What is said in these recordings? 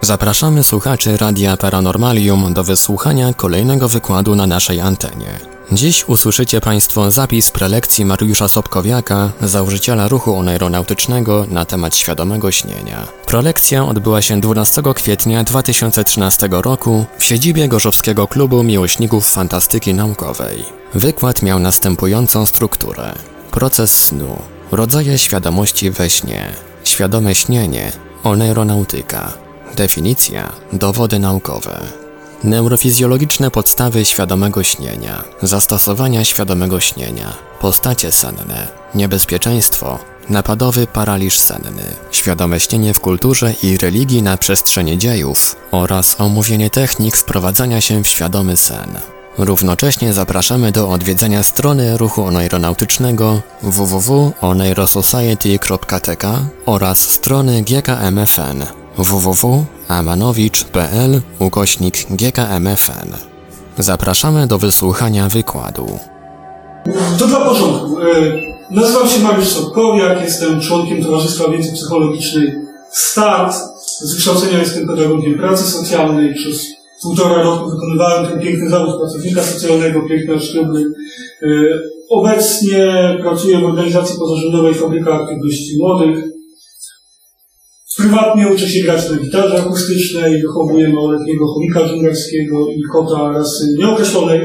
Zapraszamy słuchaczy Radia Paranormalium do wysłuchania kolejnego wykładu na naszej antenie. Dziś usłyszycie Państwo zapis prelekcji Mariusza Sobkowiaka, założyciela ruchu oneironautycznego na temat świadomego śnienia. Prelekcja odbyła się 12 kwietnia 2013 roku w siedzibie Gorzowskiego Klubu Miłośników Fantastyki Naukowej. Wykład miał następującą strukturę. Proces snu, rodzaje świadomości we śnie, świadome śnienie, oneironautyka. Definicja, dowody naukowe. Neurofizjologiczne podstawy świadomego śnienia, zastosowania świadomego śnienia, postacie senne, niebezpieczeństwo, napadowy paraliż senny, świadome śnienie w kulturze i religii na przestrzeni dziejów oraz omówienie technik wprowadzania się w świadomy sen. Równocześnie zapraszamy do odwiedzenia strony ruchu oneironautycznego www.oneirosociety.tk oraz strony GKMFN www.amanowicz.pl/GKMFN. Zapraszamy do wysłuchania wykładu. To dla porządku. Nazywam się Mariusz Sobkowiak, jestem członkiem Towarzystwa Wiedzy Psychologicznej START. Z wykształcenia jestem pedagogiem pracy socjalnej. Przez 1,5 roku wykonywałem ten piękny zawód pracownika socjalnego, piękne szluby. Obecnie pracuję w organizacji pozarządowej Fabryka Aktywności Młodych. Prywatnie uczę się grać na gitarze akustycznej, wychowuję małoletniego chomika dżunglerskiego i kota rasy nieokreślonej.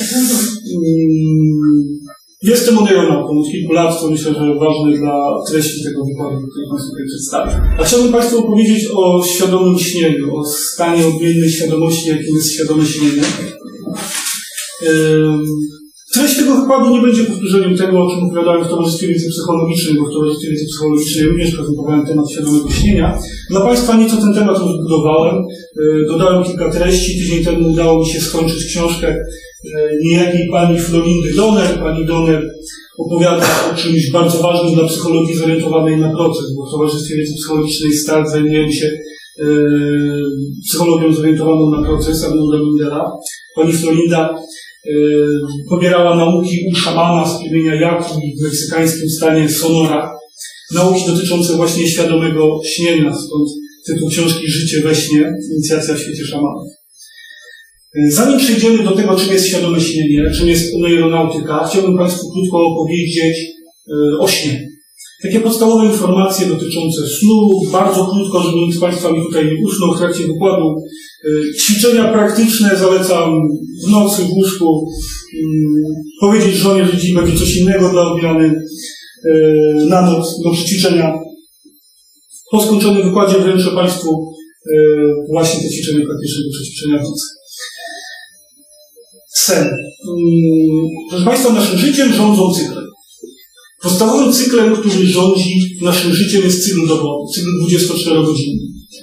Jestem oneironautą od kilku lat, co myślę, że ważne dla treści tego wykładu, który Państwu tutaj przedstawię. A chciałbym Państwu opowiedzieć o świadomym śnieniu, o stanie odmiennej świadomości, jakim jest świadome śnienie. Treść tego wykładu nie będzie powtórzeniem tego, o czym opowiadałem w Towarzystwie Wiedzy Psychologicznej, bo w Towarzystwie Wiedzy Psychologicznej również prezentowałem temat świadomego śnienia. Dla Państwa nieco ten temat rozbudowałem, dodałem kilka treści. Tydzień temu udało mi się skończyć książkę niejakiej pani Florindy Donner. Pani Donner opowiada o czymś bardzo ważnym dla psychologii zorientowanej na proces, bo w Towarzystwie Wiedzy Psychologicznej START zajmujemy się psychologią zorientowaną na proces Arnolda Mindera. Pani Florinda pobierała nauki u szamana z plemienia Yaqui w meksykańskim stanie Sonora. Nauki dotyczące właśnie świadomego śnienia, stąd tytuł książki Życie we śnie, inicjacja w świecie szamanów. Zanim przejdziemy do tego, czym jest świadome śnienie, czym jest oneironautyka, chciałbym Państwu krótko opowiedzieć o śnie. Takie podstawowe informacje dotyczące snu, bardzo krótko, żeby nikt z Państwa mi tutaj nie usnął w trakcie wykładu. Ćwiczenia praktyczne zalecam w nocy, w łóżku. Powiedzieć żonie, że dziś będzie coś innego dla odmiany na noc do przećwiczenia. Po skończonym wykładzie wręczę Państwu właśnie te ćwiczenia praktyczne do przećwiczenia w nocy. Sen. Proszę Państwa, naszym życiem rządzą cykle. Podstawowym cyklem, który rządzi naszym życiem, jest cykl dobowy, cykl 24-godzinny.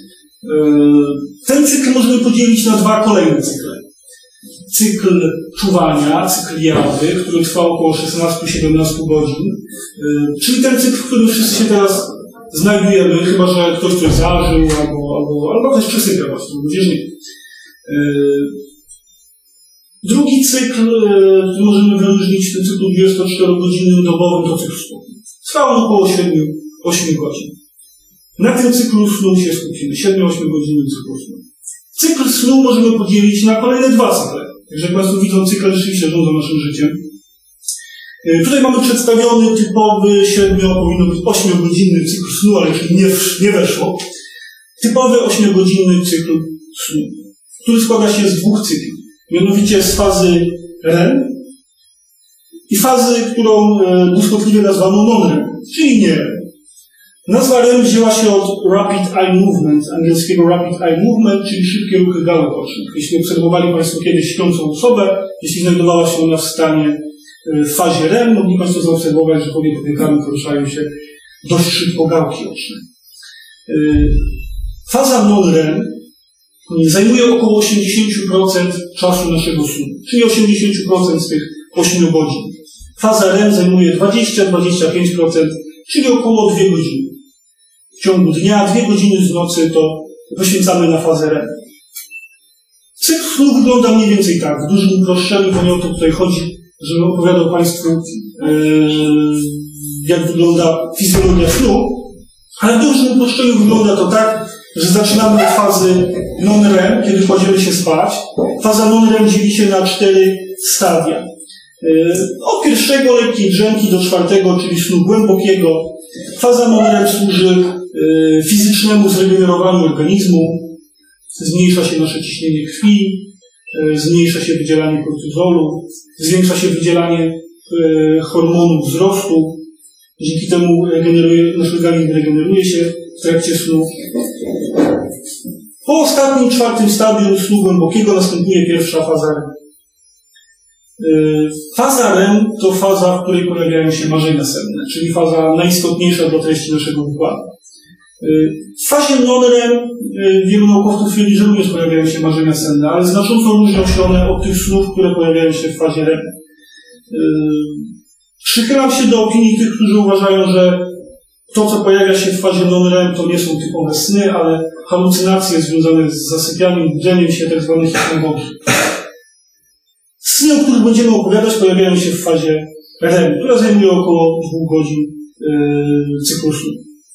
Ten cykl możemy podzielić na dwa kolejne cykle. Cykl czuwania, cykl jawy, który trwa około 16-17 godzin, czyli ten cykl, w którym wszyscy się teraz znajdujemy, chyba że ktoś coś zażył albo ktoś przesypia właśnie, gdzieś nie. Drugi cykl, który możemy wyróżnić w tym cyklu 24-godzinnym dobowym, to cykl snu. Trwa on około 7-8 godzin. Na tym cyklu snu się skupimy, 7-8 godzinnym cyklu snu. Cykl snu możemy podzielić na kolejne dwa cykle. Także jak Państwo widzą, cykle rzeczywiście rządzą naszym życiem. Tutaj mamy przedstawiony typowy 8-godzinny cykl snu, ale jeśli nie weszło. Typowy 8-godzinny cykl snu, który składa się z dwóch cykli. Mianowicie z fazy REM i fazy, którą błyskotliwie nazwano non-REM, czyli nie REM. Nazwa REM wzięła się od Rapid Eye Movement, angielskiego Rapid Eye Movement, czyli szybkie ruchy gałek ocznych. Jeśli obserwowali Państwo kiedyś śpiącą osobę, jeśli znajdowała się ona w stanie w fazie REM, mogli Państwo zaobserwować, że pomiędzy powiekami poruszają się dość szybko gałki oczne. Faza non-REM zajmuje około 80% czasu naszego snu, czyli 80% z tych 8 godzin. Faza REM zajmuje 20-25%, czyli około 2 godziny. W ciągu dnia 2 godziny z nocy to poświęcamy na fazę REM. Cykl snu wygląda mniej więcej tak, w dużym uproszczeniu, bo nie o to tutaj chodzi, żebym opowiadał Państwu, jak wygląda fizjologia snu, ale w dużym uproszczeniu wygląda to tak, że zaczynamy od fazy non-REM, kiedy kładziemy się spać. Faza non-REM dzieli się na 4 stadia. Od pierwszego lekkiej drzemki do 4, czyli snu głębokiego. Faza non-REM służy fizycznemu zregenerowaniu organizmu. Zmniejsza się nasze ciśnienie krwi, zmniejsza się wydzielanie kortyzolu, zwiększa się wydzielanie hormonu wzrostu. Dzięki temu nasz organizm regeneruje się w trakcie snu. Po ostatnim, 4 stadium snu głębokiego następuje pierwsza faza REM. Faza REM to faza, w której pojawiają się marzenia senne, czyli faza najistotniejsza dla treści naszego wykładu. W fazie non-REM wielu naukowców twierdzi, że również pojawiają się marzenia senne, ale znacząco różnią się one od tych snów, które pojawiają się w fazie REM. Przychylam się do opinii tych, którzy uważają, że to, co pojawia się w fazie non-REM, to nie są typowe sny, ale halucynacje związane z zasypianiem, budzeniem się, tak zwane hipnogogie. Sny, o których będziemy opowiadać, pojawiają się w fazie REM, która zajmuje około 2 godzin cyklu snu.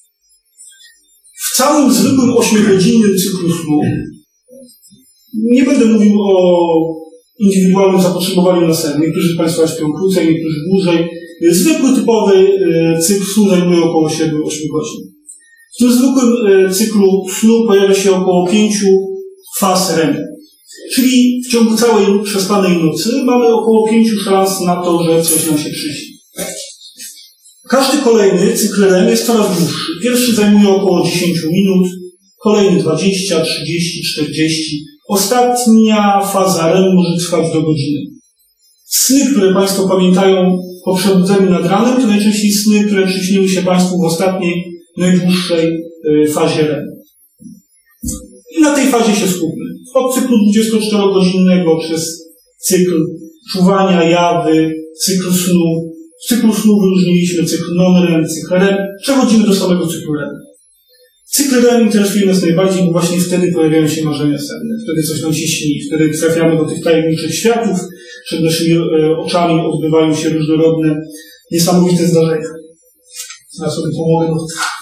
W całym zwykłym 8-godzinnym cyklu snu, nie będę mówił o indywidualnym zapotrzebowaniu na sen. Niektórzy z Państwa śpią krócej, niektórzy dłużej. Zwykły, typowy cykl snu zajmuje około 7-8 godzin. W tym zwykłym cyklu snu pojawia się około 5 faz REM. Czyli w ciągu całej przespanej nocy mamy około 5 szans na to, że coś nam się przyśni. Każdy kolejny cykl REM jest coraz dłuższy. Pierwszy zajmuje około 10 minut, kolejny 20, 30, 40. Ostatnia faza REM może trwać do godziny. Sny, które Państwo pamiętają po przebudzeniu nad ranem, to najczęściej sny, które przyśniły się Państwu w ostatniej, najdłuższej fazie REM. I na tej fazie się skupmy. Od cyklu 24-godzinnego przez cykl czuwania, jawy, cykl snu. W cyklu snu wyróżniliśmy cykl non-REM, cykl REM. Przechodzimy do samego cyklu REM. Cykl REM interesuje nas najbardziej, bo właśnie wtedy pojawiają się marzenia senne. Wtedy coś nam się śni. Wtedy trafiamy do tych tajemniczych światów. Przed naszymi oczami odbywają się różnorodne, niesamowite zdarzenia. Ja sobie pomogę.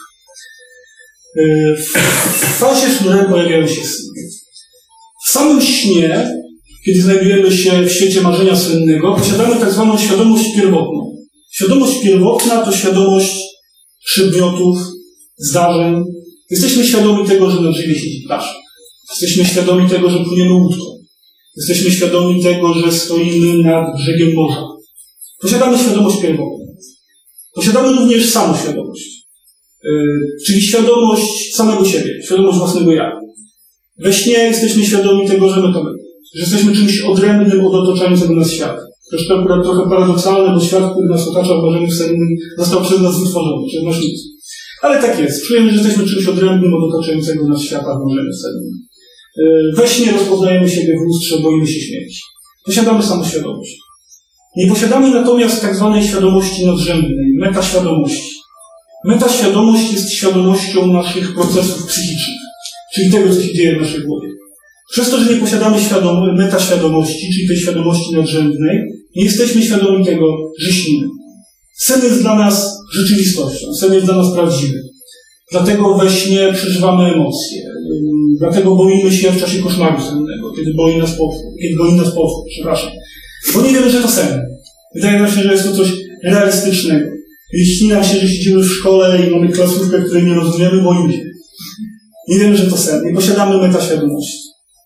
W fazie snu REM pojawiają się sny. W samym śnie, kiedy znajdujemy się w świecie marzenia sennego, posiadamy tak zwaną świadomość pierwotną. Świadomość pierwotna to świadomość przedmiotów, zdarzeń. Jesteśmy świadomi tego, że na drzewie siedzi ptaszek. Jesteśmy świadomi tego, że płyniemy łódką. Jesteśmy świadomi tego, że stoimy nad brzegiem morza. Posiadamy świadomość pierwotną. Posiadamy również samoświadomość. Czyli świadomość samego siebie, świadomość własnego ja. We śnie jesteśmy świadomi tego, że my to my. Że jesteśmy czymś odrębnym od otaczającego nas świata. To jest akurat trochę paradoksalne, bo świat, który nas otacza w marzeniu sennym, został przez nas wytworzony, przez nasz nic. Ale tak jest. Czujemy, że jesteśmy czymś odrębnym od otaczającego nas świata w marzeniu sennym. We śnie rozpoznajemy siebie w lustrze, boimy się śmierci. Posiadamy samoświadomość. Nie posiadamy natomiast tak zwanej świadomości nadrzędnej, metaświadomości. Metaświadomość jest świadomością naszych procesów psychicznych, czyli tego, co się dzieje w naszej głowie. Przez to, że nie posiadamy metaświadomości, czyli tej świadomości nadrzędnej, nie jesteśmy świadomi tego, że śnimy. Sen jest dla nas rzeczywistością, sen jest dla nas prawdziwy. Dlatego we śnie przeżywamy emocje. Dlatego boimy się w czasie koszmaru sennego, kiedy boi nas potwór, przepraszam. Bo nie wiemy, że to sen. Wydaje nam się, że jest to coś realistycznego. Jeśli śni nam się, że siedzimy w szkole i mamy klasówkę, której nie rozumiemy, boimy się. Nie wiemy, że to sen. Nie posiadamy metaświadomości.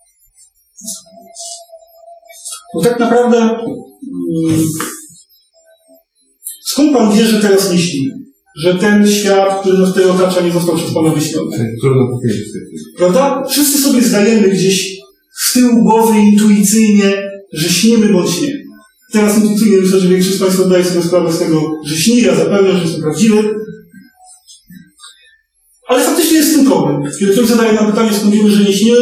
Bo tak naprawdę skąd Pan wie, że teraz nie śnimy? Że ten świat, który nas tutaj otacza, nie został przez Pana wyśniony? Trudno powiedzieć. Prawda? Wszyscy sobie zdajemy gdzieś z tyłu głowy intuicyjnie, że śnimy bądź nie. Teraz intuicyjnie myślę, że większość z Państwa zdaje sobie sprawę z tego, że śni, ja zapewniam, że jest to prawdziwy. Ale faktycznie jest ten problem. Kiedy ktoś zadaje nam pytanie, skąd wiemy, że nie śnimy,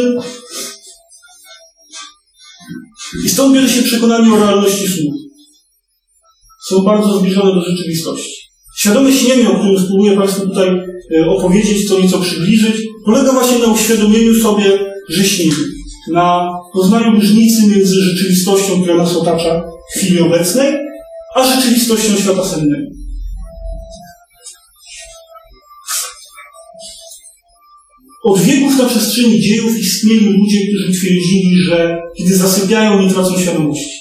i stąd bierze się przekonanie o realności snu. Są bardzo zbliżone do rzeczywistości. Świadome śnienie, o którym spróbuję Państwu tutaj opowiedzieć, co nieco przybliżyć, polega właśnie na uświadomieniu sobie, że śnimy. Na poznaniu różnicy między rzeczywistością, która nas otacza w chwili obecnej, a rzeczywistością świata sennego. Od wieków na przestrzeni dziejów istnieli ludzie, którzy twierdzili, że kiedy zasypiają, nie tracą świadomości.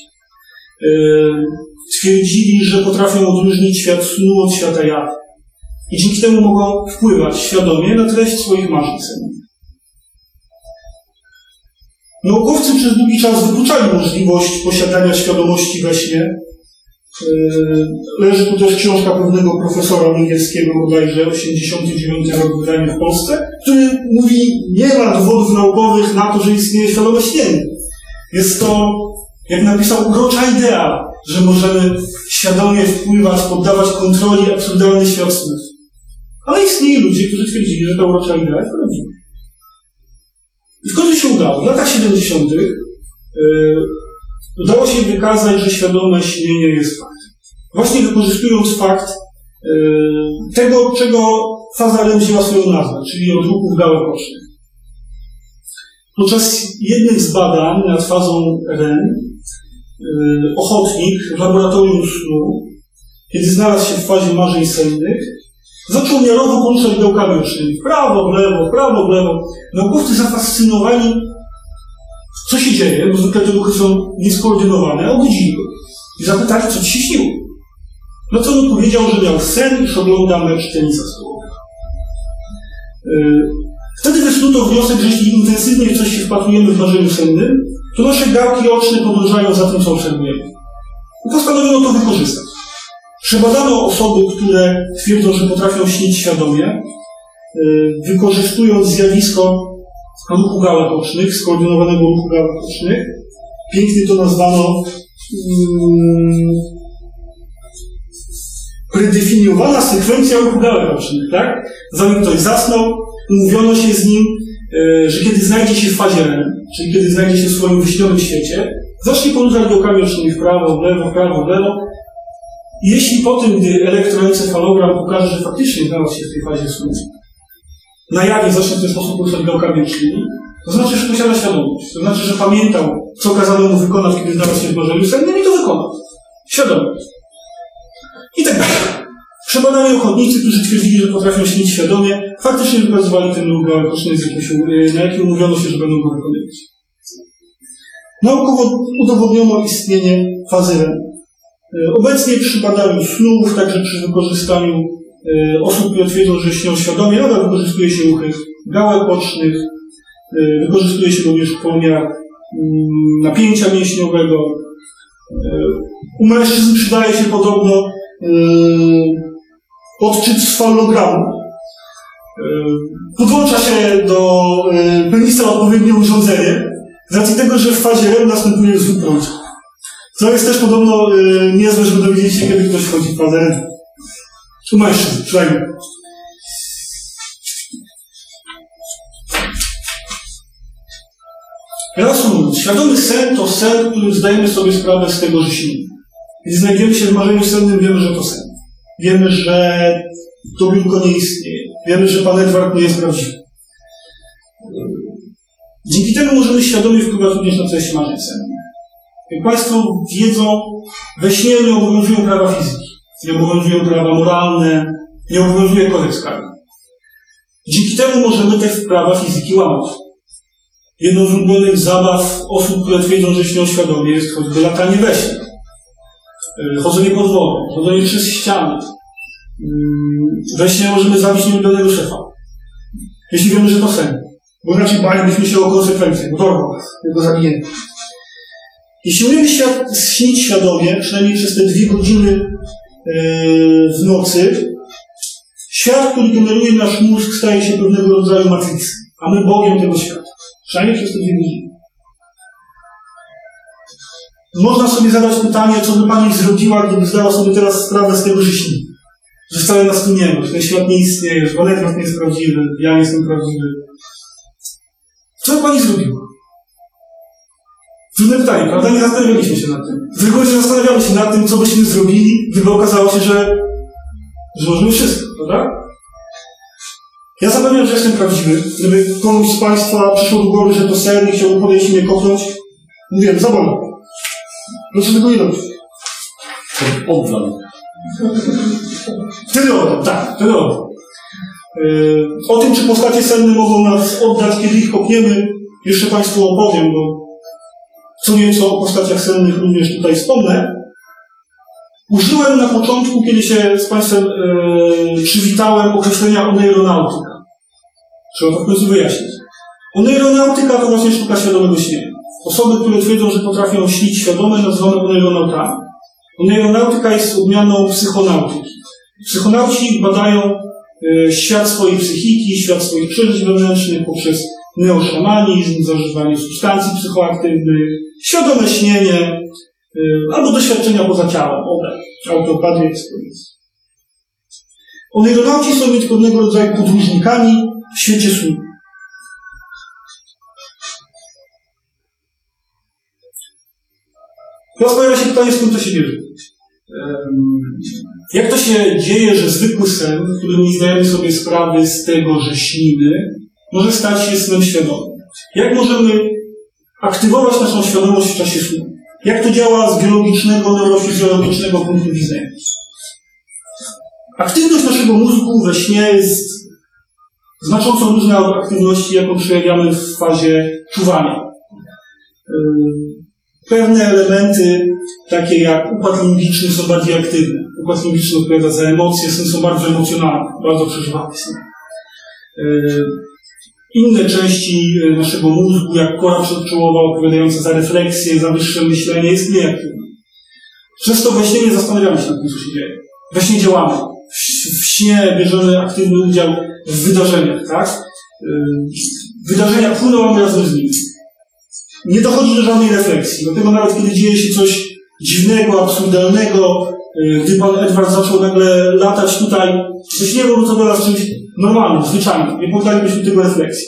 Twierdzili, że potrafią odróżnić świat snu od świata jawu. I dzięki temu mogą wpływać świadomie na treść swoich marzeń sennych. Naukowcy przez długi czas wykluczali możliwość posiadania świadomości we śnie. Leży tu też książka pewnego profesora angielskiego, bodajże 89 rok wydania w Polsce, który mówi, nie ma dowodów naukowych na to, że istnieje świadome śnienie. Jest to, jak napisał, urocza idea, że możemy świadomie wpływać, poddawać kontroli absurdalny świat snów. Ale istnieją ludzie, którzy twierdzili, że ta urocza idea jest prawdziwa. I w końcu się udało. W latach 70. Udało się wykazać, że świadome śnienie jest faktem. Właśnie wykorzystując fakt tego, czego faza REM wzięła swoją nazwę, czyli odruchów gałek ocznych. Podczas jednych z badań nad fazą REM ochotnik w laboratorium snu, kiedy znalazł się w fazie marzeń sennych, zaczął miarowo poruszać gałkami ocznymi. W prawo, w lewo. Naukowcy zafascynowani, co się dzieje, bo zwykle te ruchy są nieskoordynowane, obudzili go. I zapytali, co ci się śniło. No co on powiedział, że miał sen, iż ogląda mecz tenisa stołowego. Wtedy wysnuto wniosek, że jeśli intensywnie w coś się wpatrujemy w marzeniu sennym, to nasze gałki oczne podążają za tym, co obserwujemy. I postanowiono to wykorzystać. Przebadano osoby, które twierdzą, że potrafią śnić świadomie, wykorzystując zjawisko ruchu gałek ocznych, skoordynowanego ruchu gałek ocznych. Pięknie to nazwano predefiniowana sekwencja ruchu gałek ocznych, tak? Zanim ktoś zasnął, umówiono się z nim, że kiedy znajdzie się w fazie REM, czyli kiedy znajdzie się w swoim wyśnionym świecie, zacznie poruszać gałkami ocznymi w prawo, w lewo. I jeśli po tym, gdy elektroencefalogram pokaże, że faktycznie znalazł się w tej fazie snu, na jawie zacznie w ten sposób poruszać gałkami ocznymi, to znaczy, że posiada świadomość. To znaczy, że pamiętał, co kazano mu wykonać, kiedy znalazł się w marzeniu sennym i to wykonał. Świadomość. I tak dalej. Przebadani ochotnicy, którzy twierdzili, że potrafią śnić świadomie, faktycznie wykazywali ten ruch gałek ocznych, na jaki umówiono się, że będą go wykonywać. Naukowo udowodniono istnienie fazy REM. Obecnie przy badaniu snów, także przy wykorzystaniu osób, które twierdzą, że śnią świadomie, nadal wykorzystuje się ruchy gałek ocznych, wykorzystuje się również pomiar napięcia mięśniowego. U mężczyzn przydaje się podobno odczyt z fallogramu. Podłącza się do penisa odpowiednie urządzenie, z racji tego, że w fazie REM następuje zwód prądu. Co jest też podobno niezłe, żeby dowiedzieć się, kiedy ktoś wchodzi w fazę REM. U mężczyzn, przynajmniej. Reasumując, świadomy sen to sen, który zdajemy sobie sprawę z tego, że śnimy. Kiedy znajdziemy się w marzeniu sennym, wiemy, że to sen. Wiemy, że to biurko nie istnieje. Wiemy, że pan Edward nie jest prawdziwy. Dzięki temu możemy świadomie wpływać również na treść marzeń sennych. Jak Państwo wiedzą, we śnie nie obowiązują prawa fizyki, nie obowiązują prawa moralne, nie obowiązuje kodeks karny. Dzięki temu możemy te prawa fizyki łamać. Jedną z ulubionych zabaw osób, które twierdzą, że śnią świadomie, jest choćby latanie we śnie, chodzenie pod wodą, chodzenie przez ściany. We śnie możemy zabić nieulubionego szefa, jeśli wiemy, że to sen. Bo inaczej balibyśmy się o konsekwencje, bo dorwał nas, jego zabijemy. Jeśli umiemy śnić świadomie, przynajmniej przez te 2 godziny w nocy, świat, który generuje nasz mózg, staje się pewnego rodzaju matrycą, a my Bogiem tego świata. Przynajmniej przez te 2 godziny. Można sobie zadać pytanie, co by Pani zrobiła, gdyby zdała sobie teraz sprawę z tego, że śni. Że wcale nas tu nie ma, że ten świat nie istnieje, że Pan Edward nie jest prawdziwy, ja nie jestem prawdziwy. Co by Pani zrobiła? Trudne pytanie, prawda? Nie zastanawialiśmy się nad tym. Z reguły zastanawiamy się nad tym, co byśmy zrobili, gdyby okazało się, że możemy wszystko, prawda? Ja zapewniam, że jestem prawdziwy. Gdyby komuś z Państwa przyszło do głowy, że to sen i chciałby podejść i mnie kopnąć, mówię, zabolę. Proszę tego nie robić. Oddam. Wtedy oddam, tak, wtedy oddam. O tym, czy postacie senne mogą nas oddać, kiedy ich kopniemy, jeszcze Państwu opowiem, bo co nieco o postaciach sennych również tutaj wspomnę. Użyłem na początku, kiedy się z Państwem przywitałem, określenia oneironautyka. Trzeba to w końcu wyjaśnić. Oneironautyka to właśnie sztuka świadomego śnienia. Osoby, które twierdzą, że potrafią śnić świadome, nazywamy oneironautami. Oneironautyka jest odmianą psychonautyki. Psychonauci badają świat swojej psychiki, świat swoich przeżyć wewnętrznych poprzez neoszamanizm, zażywanie substancji psychoaktywnych, świadome śnienie albo doświadczenia poza ciałem, autopatię, eksperymenty. Oneironauci są więc pewnego rodzaju podróżnikami w świecie snu. Teraz pojawia się pytanie, skąd to się bierze. Jak to się dzieje, że zwykły sen, w którym nie zdajemy sobie sprawy z tego, że śnimy, może stać się snem świadomym? Jak możemy aktywować naszą świadomość w czasie snu? Jak to działa z biologicznego, neurofizjologicznego punktu widzenia? Aktywność naszego mózgu we śnie jest znacząco różna od aktywności, jaką przejawiamy w fazie czuwania. Pewne elementy, takie jak układ limbiczny, są bardziej aktywne. Układ limbiczny odpowiada za emocje, sny są bardzo emocjonalne, bardzo przeżywamy sny. Inne części naszego mózgu, jak kora przedczołowa odpowiadająca za refleksję, za wyższe myślenie, jest mniej aktywne. Przez to we śnie nie zastanawiamy się nad tym, co się dzieje. We śnie działamy. W śnie bierzemy aktywny udział w wydarzeniach, tak? Wydarzenia płyną, a my razem z nimi. Nie dochodzi do żadnej refleksji. Dlatego nawet kiedy dzieje się coś dziwnego, absurdalnego, gdy pan Edward zaczął nagle latać tutaj, coś nie było to dla nas czymś normalnym, zwyczajnym. Nie poddalibyśmy tego refleksji.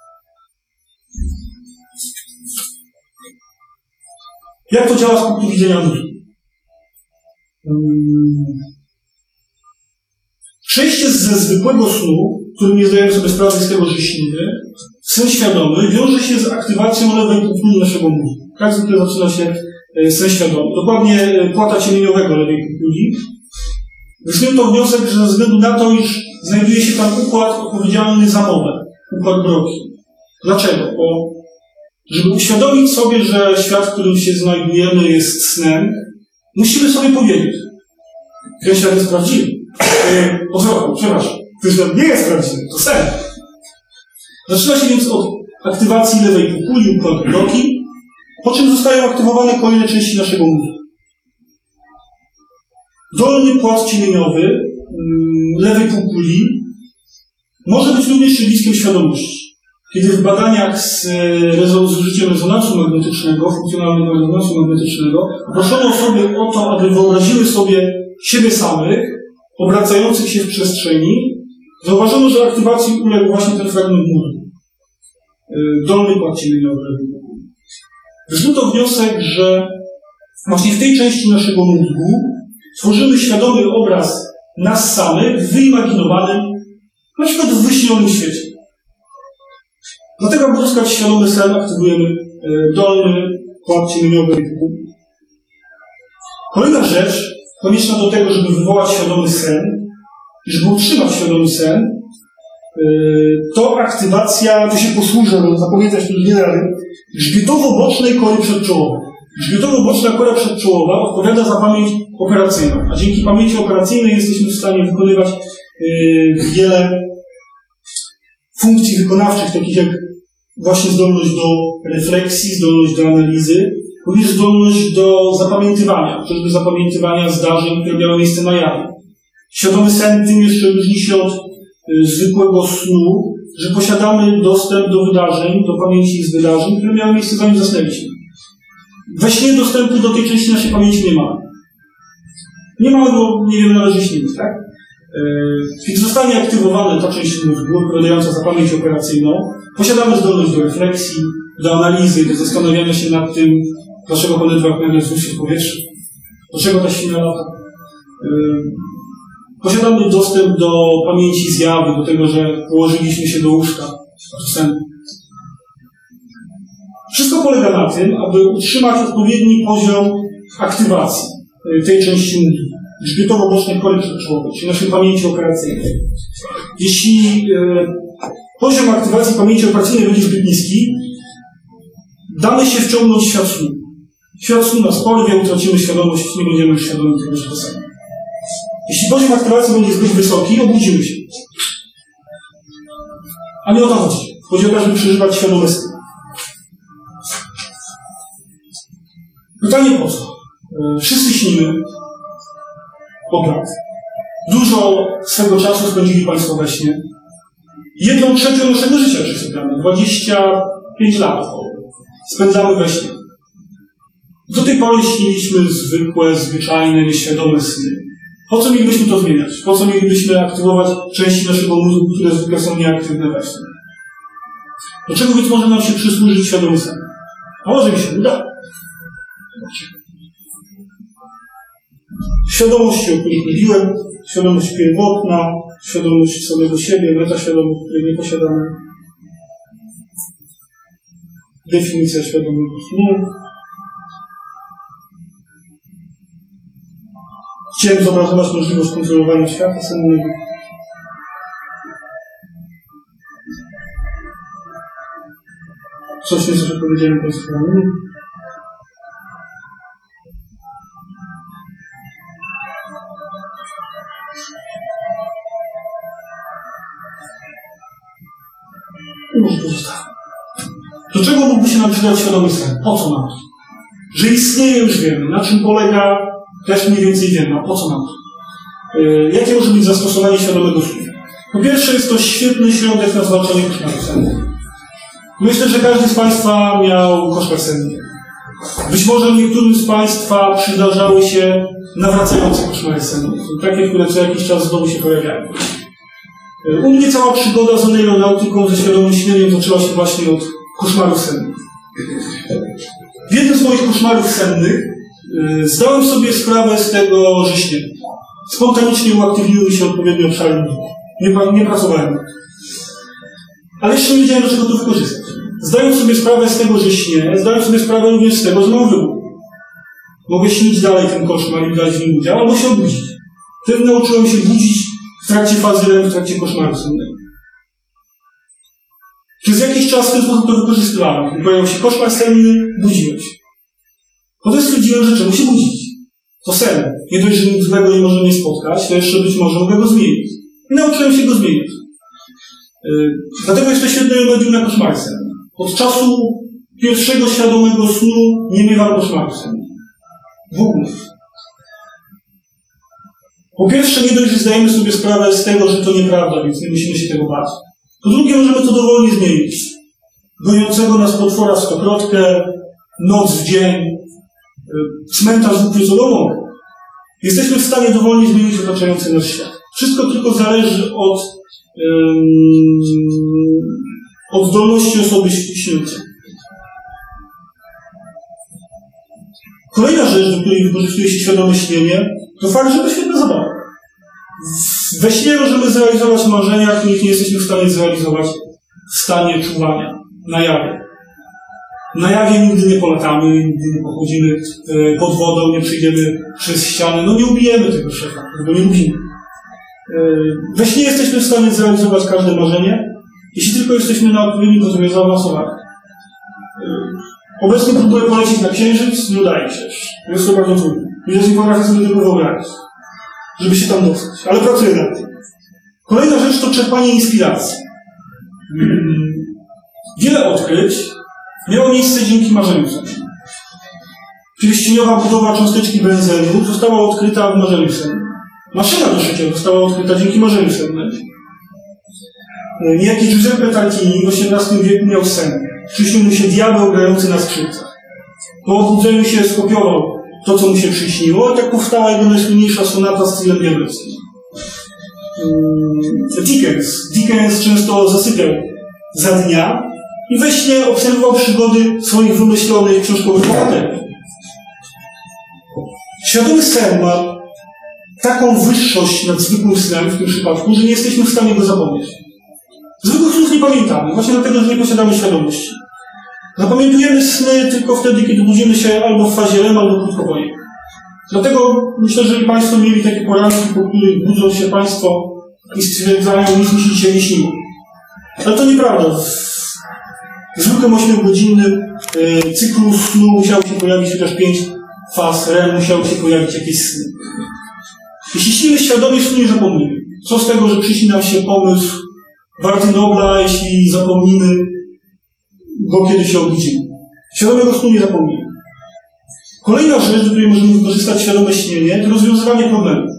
Jak to działa z punktu widzenia mózgu? Przejście ze zwykłego snu, w którym nie zdajemy sobie sprawy z tego, że śnimy, w sen świadomy wiąże się z aktywacją lewej półkuli naszego mózgu. Tak zwykle zaczyna się sen świadomy. Dokładnie płata ciemieniowego lewej półkuli. Wysnuto wniosek, że ze względu na to, iż znajduje się tam układ odpowiedzialny za mowę, układ Broki. Dlaczego? Bo żeby uświadomić sobie, że świat, w którym się znajdujemy, jest snem, musimy sobie powiedzieć. Ten świat jest prawdziwy. Przepraszam. Ten świat nie jest prawdziwy, to sen. Zaczyna się więc od aktywacji lewej półkuli, układu Broki, po czym zostają aktywowane kolejne części naszego mózgu. Dolny płat ciemieniowy lewej półkuli może być również środowiskiem świadomości. Kiedy w badaniach z użyciem rezonansu magnetycznego, funkcjonalnego rezonansu magnetycznego, proszono osoby o to, aby wyobraziły sobie siebie samych, obracających się w przestrzeni, zauważono, że aktywacji uległ właśnie ten fragment mózgu. Dolny płat ciemieniowy lewej półkuli. Wysnuto wniosek, że właśnie w tej części naszego mózgu tworzymy świadomy obraz nas samych w wyimaginowanym, na przykład w wyśnionym świecie. Dlatego, aby uzyskać świadomy sen, aktywujemy dolny płat ciemieniowy lewej półkuli. Kolejna rzecz, konieczna do tego, żeby wywołać świadomy sen, żeby utrzymać świadomy sen, to aktywacja, to się posłużę, bo zapamiętać to już nie rady, grzbietowo-bocznej kory przedczołowej. Grzbietowo-boczna kora przedczołowa odpowiada za pamięć operacyjną, a dzięki pamięci operacyjnej jesteśmy w stanie wykonywać wiele funkcji wykonawczych, takich jak właśnie zdolność do refleksji, zdolność do analizy, również zdolność do zapamiętywania, chociażby zapamiętywania zdarzeń, które miały miejsce na jawie. Świadomy sen tym jeszcze różni się od zwykłego snu, że posiadamy dostęp do wydarzeń, do pamięci z wydarzeń, które miały miejsce zanim zasnęliśmy. We śnie dostępu do tej części naszej pamięci nie mamy. Nie mamy, bo nie wiemy nawet, że śnimy, tak? Kiedy zostanie aktywowana ta część mózgu odpowiadająca za pamięć operacyjną, posiadamy zdolność do refleksji, do analizy, do zastanawiania się nad tym, dlaczego pan Edward nagle wzrósł w powietrzu, dlaczego ta świnia lata. Posiadamy dostęp do pamięci zjawy, do tego, że położyliśmy się do łóżka. Wszystko polega na tym, aby utrzymać odpowiedni poziom aktywacji tej części mózgu. grzbietowo-bocznej kory przedczołowej, czyli naszej pamięci operacyjnej. Jeśli poziom aktywacji pamięci operacyjnej będzie zbyt niski, damy się wciągnąć w świat snu. Świat snu nas porwie, utracimy świadomość, nie będziemy już świadomi tego, że to samo. Jeśli poziom aktywacji będzie zbyt wysoki, obudzimy się. A nie o to chodzi. Chodzi o to, żeby przeżywać świadome sny. Pytanie po co? Wszyscy śnimy od lat. Dużo swego czasu spędzili Państwo we śnie. 1/3 naszego życia przysypiamy. 25 lat spędzamy we śnie. Do tej pory śniliśmy zwykłe, zwyczajne, nieświadome sny. Po co mielibyśmy to zmieniać? Po co mielibyśmy aktywować części naszego mózgu, które zwykle są nieaktywne we śnie? Do czego więc może nam się przysłużyć świadomy sen? A może mi się uda? Świadomości, o których mówiłem, świadomość pierwotna, świadomość samego siebie, metaświadomość, której nie posiadamy. Definicja świadomego snu. Chciałem zobrazować możliwość kontrolowania świata sennego. Coś nie że powiedziałem Państwu. Może pozostawmy. Do czego mógłby się nam przydać świadomy sen? Po co nam to? Że istnieje, już wiemy. Na czym polega, też mniej więcej wiemy. A po co nam to? Jakie może być zastosowanie świadomego snu? Po pierwsze, jest to świetny środek na zwalczanie koszmaru sennego. Myślę, że każdy z Państwa miał koszmar senny. Być może niektórym z Państwa przydarzały się nawracające koszmary senne. Takie, które co jakiś czas znowu się pojawiają. U mnie cała przygoda z oneironautyką, ze świadomym śnieniem zaczęła się właśnie od koszmarów sennych. W jednym z moich koszmarów sennych zdałem sobie sprawę z tego, że śnię. Spontanicznie uaktywniły się odpowiednie obszary mózgu. Nie pracowałem. Ale jeszcze nie wiedziałem, do czego to wykorzystać. Zdając sobie sprawę z tego, że śnię, zdałem sobie sprawę również z tego, że mam wybór. Mogę śnić dalej ten koszmar i brać w nim udział, albo się obudzić. Wtedy nauczyłem się budzić w trakcie fazy REM, w trakcie koszmaru sennego. Przez jakiś czas w ten sposób to wykorzystywałem. Gdy pojawił się koszmar senny, budziłem się. Potem stwierdziłem, że trzeba się budzić. To sen. Nie dość, że nic złego nie może mnie spotkać, to jeszcze być może mogę go zmienić. I nauczyłem się go zmieniać. Dlatego jest to świetne medium na koszmary senne. Od czasu pierwszego świadomego snu nie miewam koszmaru sennych. W ogóle. Po pierwsze, nie dość, że zdajemy sobie sprawę z tego, że to nieprawda, więc nie musimy się tego bać. Po drugie, możemy to dowolnie zmienić. Goniącego nas potwora w stokrotkę, noc w dzień, cmentarz w ukryconą. Jesteśmy w stanie dowolnie zmienić otaczający nas świat. Wszystko tylko zależy od zdolności osoby śniącej. Kolejna rzecz, do której wykorzystuje się świadome śnienie, to fakt, że to świetna zabawa. We śnie możemy zrealizować marzenia, których nie jesteśmy w stanie zrealizować w stanie czuwania, na jawie. Na jawie nigdy nie polatamy, nigdy nie pochodzimy pod wodą, nie przyjdziemy przez ścianę, no nie ubijemy tego szefa, bo nie lubimy. We śnie jesteśmy w stanie zrealizować każde marzenie, jeśli tylko jesteśmy na odpowiednim poziomie zaawansowania. Obecnie próbuję polecieć na Księżyc, nie udaje się. Jest to bardzo trudne. Widać, nie potrafię sobie tego wyobrazić, żeby się tam dostać. Ale pracuję nad tym. Kolejna rzecz to czerpanie inspiracji. Wiele odkryć miało miejsce dzięki marzeniu sennym. Pierścieniowa budowa cząsteczki benzenu została odkryta w marzeniu sennym. Maszyna do szycia została odkryta dzięki marzeniu sennemu. Niejaki Giuseppe Tarquini w XVIII wieku miał sen. Przyśnił mu się diabeł grający na skrzypcach. Po obudzeniu się skopiował to, co mu się przyśniło, i tak powstała jego najsłynniejsza sonata z stylem diabelskim. Dickens często zasypiał za dnia i we śnie obserwował przygody swoich wymyślonych książkowych bohaterów. Świadomy sen ma taką wyższość nad zwykłym snem w tym przypadku, że nie jesteśmy w stanie go zapomnieć. Zwykłych snów nie pamiętamy, właśnie dlatego, że nie posiadamy świadomości. Zapamiętujemy sny tylko wtedy, kiedy budzimy się albo w fazie REM, albo krótko po niej. Dlatego myślę, że jeżeli Państwo mieli takie poranki, po których budzą się Państwo i stwierdzają, nic mi się dzisiaj nie śniło. Ale to nieprawda. W zwykłym 8-godzinnym cyklu snu musiało się pojawić chociaż 5 faz REM, musiały się pojawić jakieś sny. Jeśli śnimy świadomie, snu nie zapomnimy. Co z tego, że przyśni nam się pomysł warty Nobla, jeśli zapomnimy go, kiedy się obudzimy. Świadomego snu nie zapomnimy. Kolejna rzecz, do której możemy wykorzystać świadome śnienie, to rozwiązywanie problemów.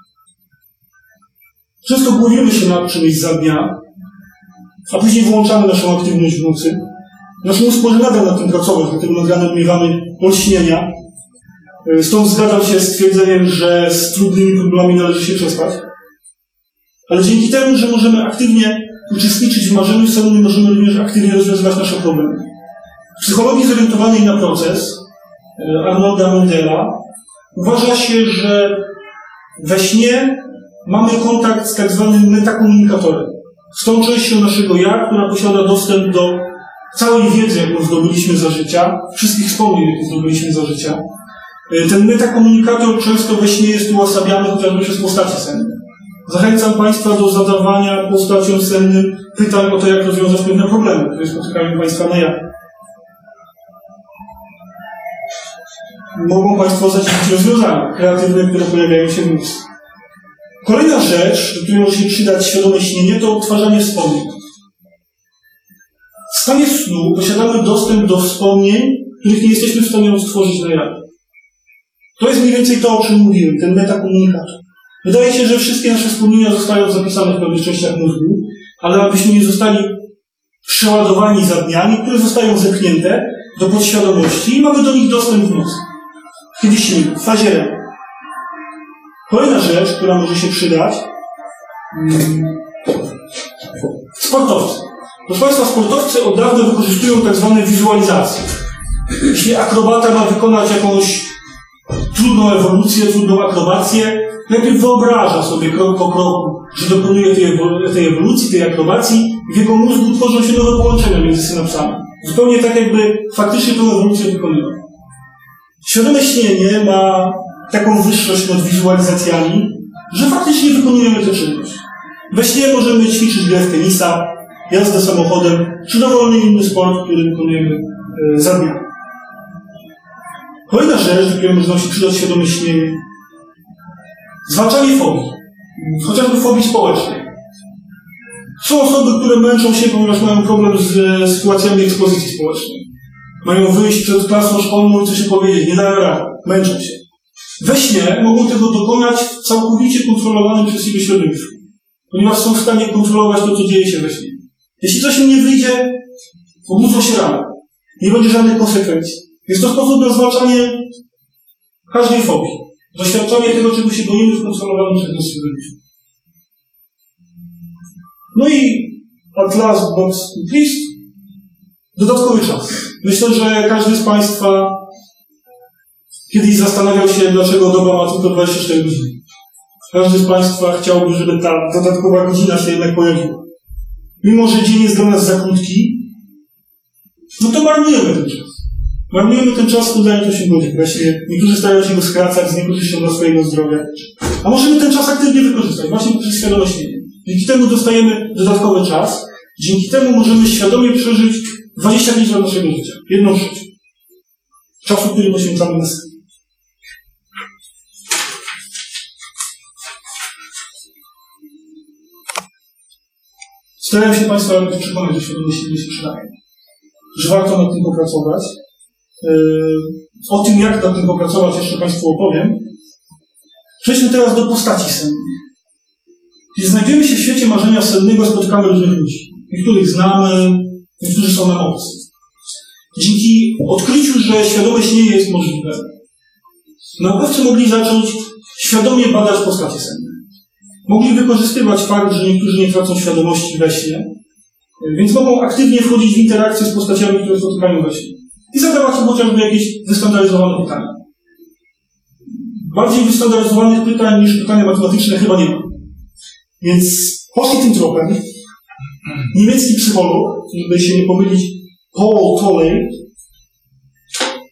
Często głowimy się nad czymś za dnia, a później włączamy naszą aktywność w nocy. Nasz mózg może nadal nad tym pracować, dlatego nad ranem miewamy olśnienia. Stąd zgadzam się z twierdzeniem, że z trudnymi problemami należy się przespać. Ale dzięki temu, że możemy aktywnie uczestniczyć w marzeniu sennym, możemy również aktywnie rozwiązywać nasze problemy. W psychologii zorientowanej na proces Arnolda Mendela uważa się, że we śnie mamy kontakt z tak zwanym metakomunikatorem. Z tą częścią naszego ja, która posiada dostęp do całej wiedzy, jaką zdobyliśmy za życia, wszystkich wspomnień, jakie zdobyliśmy za życia. Ten metakomunikator często we śnie jest uosabiany chociażby przez postacie senne. Zachęcam Państwa do zadawania postaciom sennym pytań o to, jak rozwiązać pewne problemy, które spotykają Państwa na jawie. Mogą Państwo zadziwić rozwiązania kreatywne, które pojawiają się w mózgu. Kolejna rzecz, do której może się przydać świadome śnienie, to odtwarzanie wspomnień. W stanie snu posiadamy dostęp do wspomnień, których nie jesteśmy w stanie odtworzyć na jawie. To jest mniej więcej to, o czym mówiłem, ten metakomunikator. Wydaje się, że wszystkie nasze wspomnienia zostają zapisane w pewnych częściach mózgu, ale abyśmy nie zostali przeładowani za dnia, niektóre zostają zepchnięte do podświadomości i mamy do nich dostęp w nocy. Kiedy śnimy, w fazie REM. Kolejna rzecz, która może się przydać, sportowcy. Proszę Państwa, sportowcy od dawna wykorzystują tak zwane wizualizacje. Jeśli akrobata ma wykonać jakąś trudną ewolucję, trudną akrobację, najpierw wyobraża sobie krok po kroku, że dokonuje tej ewolucji, tej akrobacji i w jego mózgu tworzą się nowe połączenia między synapsami. Zupełnie tak, jakby faktycznie tę ewolucję wykonywał. Świadome śnienie ma taką wyższość nad wizualizacjami, że faktycznie wykonujemy tę czynność. We śnie możemy ćwiczyć grę w tenisa, jazdę samochodem, czy dowolny inny sport, który wykonujemy za dnia. Kolejna rzecz, do której można się przydać świadome śnienie, zwalczanie fobii, chociażby fobii społecznej. Są osoby, które męczą się, ponieważ mają problem z sytuacjami ekspozycji społecznej. Mają wyjść przed klasą szkolną i coś powiedzieć, nie dają rady, męczą się. We śnie mogą tego dokonać w całkowicie kontrolowanym przez siebie środowisku, ponieważ są w stanie kontrolować to, co dzieje się we śnie. Jeśli coś im nie wyjdzie, obudzą się rano. Nie będzie żadnych konsekwencji. Jest to sposób na zwalczanie każdej fobii. Doświadczanie tego, czego się boimy w kontrolowanym przez nas środowisku. No i at last but not least, dodatkowy czas. Myślę, że każdy z Państwa kiedyś zastanawiał się, dlaczego doba ma tylko 24 godziny. Każdy z Państwa chciałby, żeby ta dodatkowa godzina się jednak pojawiła. Mimo że dzień jest dla nas za krótki, no to marnujemy ten czas. Marnujemy ten czas, składając 8 godzin. Właśnie niektórzy starają się go skracać z niekorzyścią dla swojego zdrowia. A możemy ten czas aktywnie wykorzystać, właśnie poprzez świadome śnienie. Dzięki temu dostajemy dodatkowy czas. Dzięki temu możemy świadomie przeżyć 25 lat naszego życia. Jedną rzecz. Czasu, który poświęcamy na sen. Staram się Państwa przekonać, że świadome śnienie się przydaje. Że warto nad tym popracować. O tym, jak nad tym popracować, jeszcze Państwu opowiem. Przejdźmy teraz do postaci sennej. Kiedy znajdziemy się w świecie marzenia sennego, spotykamy różnych ludzi. Niektórych znamy, niektórzy są nam obcy. Dzięki odkryciu, że świadome śnienie jest możliwe, naukowcy mogli zacząć świadomie badać postacie senne. Mogli wykorzystywać fakt, że niektórzy nie tracą świadomości we śnie, więc mogą aktywnie wchodzić w interakcję z postaciami, które spotykają we śnie. I zadawać im chociażby jakieś wystandaryzowane pytania. Bardziej wystandaryzowanych pytań niż pytania matematyczne chyba nie ma. Więc poszli tym tropem. Niemiecki psycholog, żeby się nie pomylić, Paul Tolley,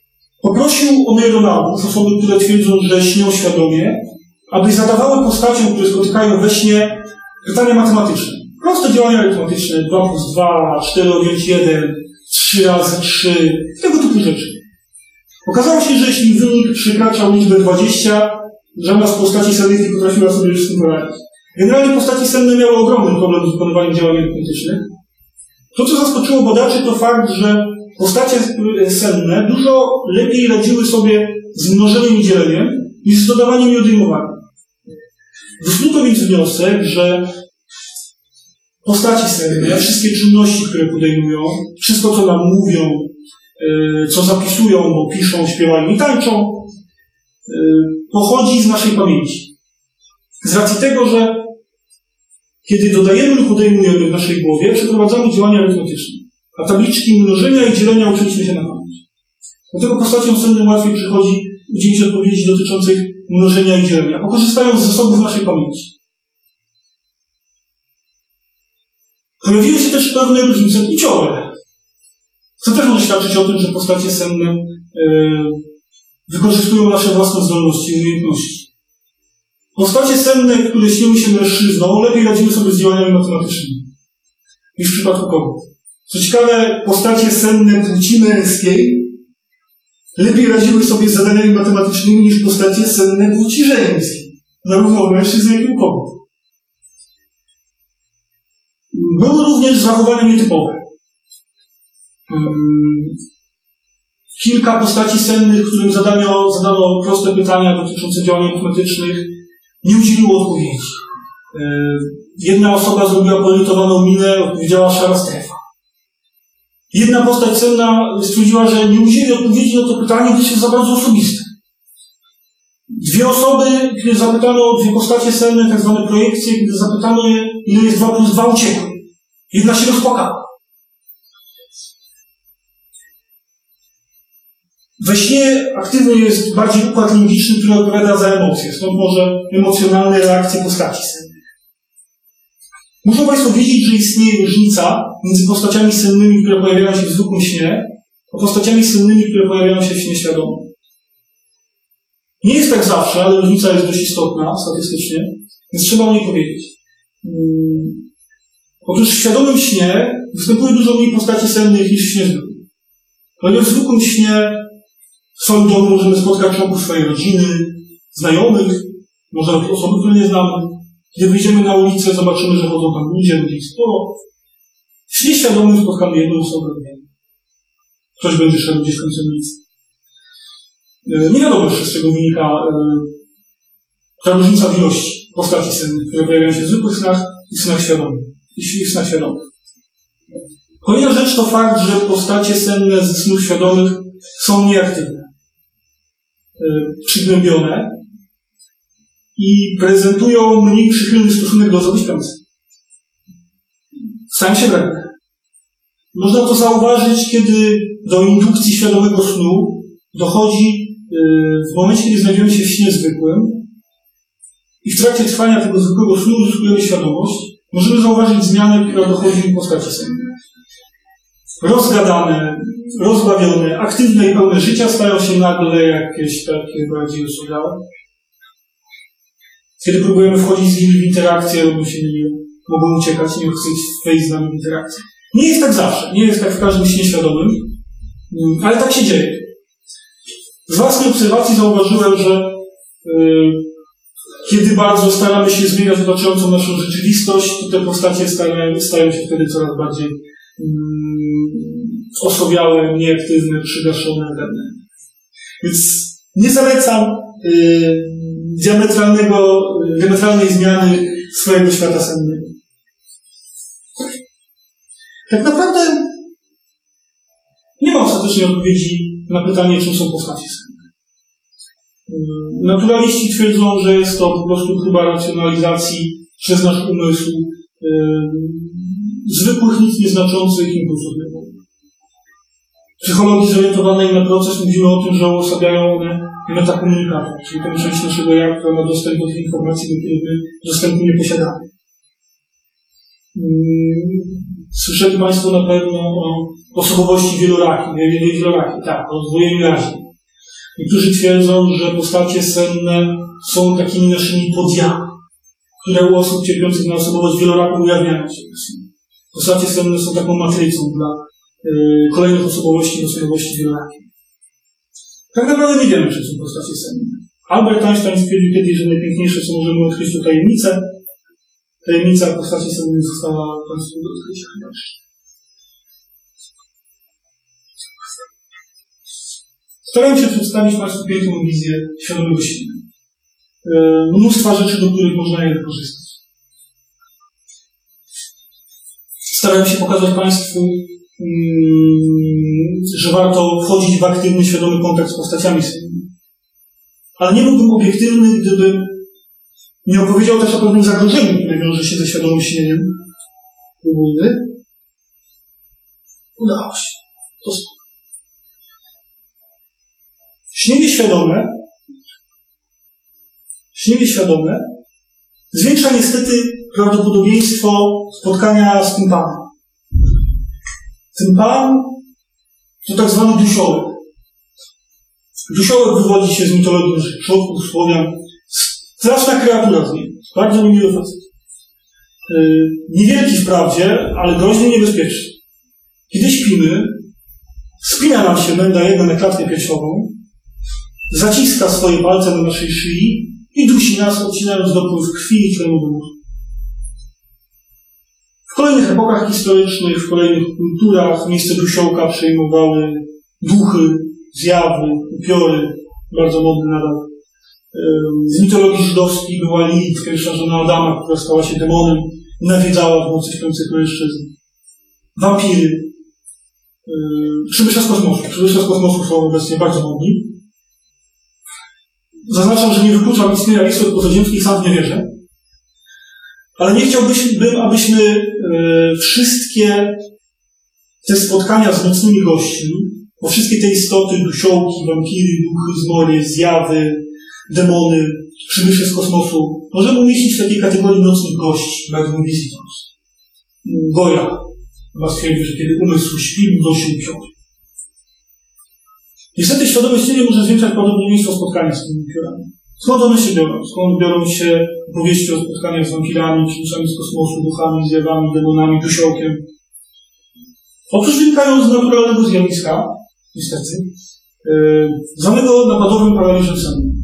Poprosił oneironautów, osoby, które twierdzą, że śnią świadomie, aby zadawały postaciom, które spotykają we śnie, pytania matematyczne. Proste działania arytmetyczne, 2 + 2, 4 odjąć 1, 3 razy 3, tego typu rzeczy. Okazało się, że jeśli wynik przekraczał liczbę 20, żadna z postaci sennych nie potrafiła sobie już z tym poradzić. Generalnie postaci senne miały ogromny problem z wykonywaniem działań arytmetycznych. To, co zaskoczyło badaczy, to fakt, że postacie senne dużo lepiej radziły sobie z mnożeniem i dzieleniem niż z dodawaniem i odejmowaniem. Wysnuto więc wniosek, że postaci senne, wszystkie czynności, które podejmują, wszystko, co nam mówią, co zapisują, bo piszą, śpiewają i tańczą, pochodzi z naszej pamięci. Z racji tego, że kiedy dodajemy lub odejmujemy w naszej głowie, przeprowadzamy działania arytmetyczne, a tabliczki mnożenia i dzielenia uczyliśmy się na pamięć. Dlatego postaciom sennym łatwiej przychodzi udzielić odpowiedzi dotyczących mnożenia i dzielenia, bo korzystają z zasobów naszej pamięci. Pojawiły się też pewne różnice płciowe. Co też może świadczyć o tym, że postacie senne wykorzystują nasze własne zdolności i umiejętności. Postacie senne, które śniły się mężczyzną, lepiej radziły sobie z działaniami matematycznymi niż w przypadku kobiet. Co ciekawe, postacie senne płci męskiej lepiej radziły sobie z zadaniami matematycznymi niż postacie senne płci żeńskiej, zarówno u mężczyzn, jak i u kobiet. Były również zachowania nietypowe. Kilka postaci sennych, którym zadano proste pytania dotyczące działań arytmetycznych, nie udzieliło odpowiedzi. Jedna osoba zrobiła poirytowaną minę, odpowiedziała szara strefa. Jedna postać senna stwierdziła, że nie udzieli odpowiedzi na to pytanie, gdyż jest za bardzo osobiste. Dwie osoby, kiedy zapytano, dwie postacie senne, tak zwane projekcje, kiedy zapytano je, ile jest 2 + 2, uciekły. Jedna się rozpłakała. We śnie aktywny jest bardziej układ limbiczny, który odpowiada za emocje, stąd może emocjonalne reakcje postaci sennych. Muszą Państwo wiedzieć, że istnieje różnica między postaciami sennymi, które pojawiają się w zwykłym śnie, a postaciami sennymi, które pojawiają się w śnie świadomym. Nie jest tak zawsze, ale różnica jest dość istotna statystycznie, więc trzeba o niej powiedzieć. Otóż w świadomym śnie występuje dużo mniej postaci sennych niż w śnie zwykłym. Ponieważ w zwykłym śnie w swoim domu możemy spotkać członków swojej rodziny, znajomych, może nawet osoby, które nie znamy. Kiedy wyjdziemy na ulicę, zobaczymy, że chodzą tam ludzie, ludzi sporo. W śnie świadomym spotkamy jedną osobę. Ktoś będzie szedł gdzieś w końcu ulicy. Nie wiadomo jeszcze, z czego wynika ta różnica w ilości postaci sennych, które pojawiają się w zwykłych snach i w snach świadomych. Kolejna rzecz to fakt, że postacie senne ze snów świadomych są nieaktywne, przygnębione i prezentują mniej przychylny stosunek do osoby śpiącej. Stają się wredne. Można to zauważyć, kiedy do indukcji świadomego snu dochodzi w momencie, kiedy znajdujemy się w śnie zwykłym i w trakcie trwania tego zwykłego snu uzyskujemy świadomość, możemy zauważyć zmianę, która dochodzi w postaci sennej. Rozgadane, rozbawione, aktywne i pełne życia stają się nagle jakieś takie bardziej osłupiałe. Kiedy próbujemy wchodzić z nimi w interakcję, mogą uciekać, nie chcą wejść z nami w interakcję. Nie jest tak zawsze, nie jest tak w każdym śnie świadomym, ale tak się dzieje. Z własnej obserwacji zauważyłem, że kiedy bardzo staramy się zmieniać otaczającą naszą rzeczywistość, to te postacie stają się wtedy coraz bardziej osobiałe, nieaktywne, przygaszone, wredne. Więc nie zalecam diametralnej zmiany swojego świata sennego. Tak naprawdę nie ma ostatecznej odpowiedzi na pytanie, czym są postacie senne. Naturaliści twierdzą, że jest to po prostu próba racjonalizacji przez nasz umysł zwykłych, nic nieznaczących impulsów nerwowych. W psychologii zorientowanej na proces mówimy o tym, że uosabiają one metakomunikator, czyli tę część naszego ja, która ma dostęp do tych informacji, do których my dostępu nie posiadamy. Słyszeli Państwo na pewno o osobowości wielorakiej, tak, o rozdwojeniu jaźni. Niektórzy twierdzą, że postacie senne są takimi naszymi podjawami, które u osób cierpiących na osobowość wieloraką ujawniają się. Postacie senne są taką matrycą dla kolejnych osobowości i osobowości wielorakiej. Tak naprawdę nie wiemy, czy są postacie senne. Albert Einstein stwierdził kiedyś, że najpiękniejsze, co możemy odkryć, to tajemnice. Tajemnica postaci sennej została Państwu do odkrycia chyba jeszcze. Starałem się przedstawić Państwu piękną wizję świadomego śnienia. Mnóstwa rzeczy, do których można je wykorzystać. Starałem się pokazać Państwu, że warto wchodzić w aktywny, świadomy kontakt z postaciami sennymi. Ale nie byłbym obiektywny, gdybym nie opowiedział też o pewnym zagrożeniu, które wiąże się ze świadomym śnieniem. Próbujmy. Udało się. To spoko. Śnienie świadome zwiększa niestety prawdopodobieństwo spotkania z tym Panem. Ten Pan to tak zwany dusiołek. Dusiołek wywodzi się z mitologii naszych przodków, Słowian. Straszna kreatura z niej. Bardzo niemiły facet. Niewielki wprawdzie, ale groźny i niebezpieczny. Kiedy śpimy, spina nam się menda jedna na klatkę piersiową, zaciska swoje palce na naszej szyi i dusi nas, odcinając dopływ krwi i tlenu do mózgu. W kolejnych epokach historycznych, w kolejnych kulturach miejsce dusiołka przejmowały duchy, zjawy, upiory, bardzo modny nadal. Z mitologii żydowskiej była Lilith, pierwsza żona Adama, która stała się demonem i nawiedzała w nocy śpiących mężczyzn. Wampiry. Przybysze z kosmosu. Przybysze z kosmosu są obecnie bardzo modni. Zaznaczam, że nie wykluczam istnienia istot pozaziemskich, sam w nie wierzę. Ale nie chciałbym, abyśmy wszystkie te spotkania z nocnymi gośćmi, bo wszystkie te istoty, dusiołki, wampiry, duchy, zmory, zjawy, demony, przybysze z kosmosu, możemy umieścić w takiej kategorii nocnych gości, magnum visitans. Goya chyba stwierdzi, że kiedy umysł śpi, duszy upior. Niestety świadome śnienie może zwiększać prawdopodobieństwo spotkania z tymi upiorami. Skąd one się biorą? Skąd biorą się opowieści o spotkaniach z wampirami, przybyszami z kosmosu, duchami, zjawami, demonami, dusiołkiem? Otóż wynikają z naturalnego zjawiska, niestety, zwanego napadowym paraliżem sennym.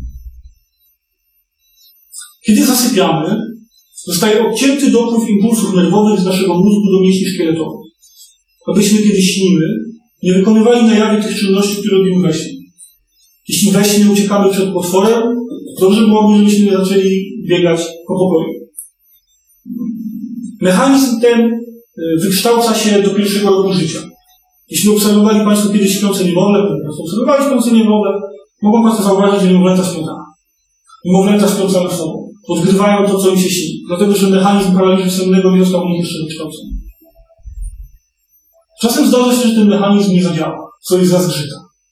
Kiedy zasypiamy, zostaje odcięty dopływ impulsów nerwowych z naszego mózgu do mięśni szkieletowych. Abyśmy, kiedy śnimy, nie wykonywali na jawie tych czynności, które robimy we śnie. Jeśli we śnie uciekamy przed potworem, dobrze byłoby, żebyśmy nie zaczęli biegać po pokoju. Mechanizm ten wykształca się do pierwszego roku życia. Jeśli obserwowali Państwo kiedyś śpiące niemowlę, obserwowali śpiące niemowlę, mogą Państwo zauważyć, że niemowlęta śpią tak. Niemowlęta śpią same sobą. Odgrywają to, co im się śni. Dlatego, że mechanizm paraliżu sennego nie został u nich jeszcze wykształcony. Czasem zdarza się, że ten mechanizm nie zadziała, co jest zazgrzyta.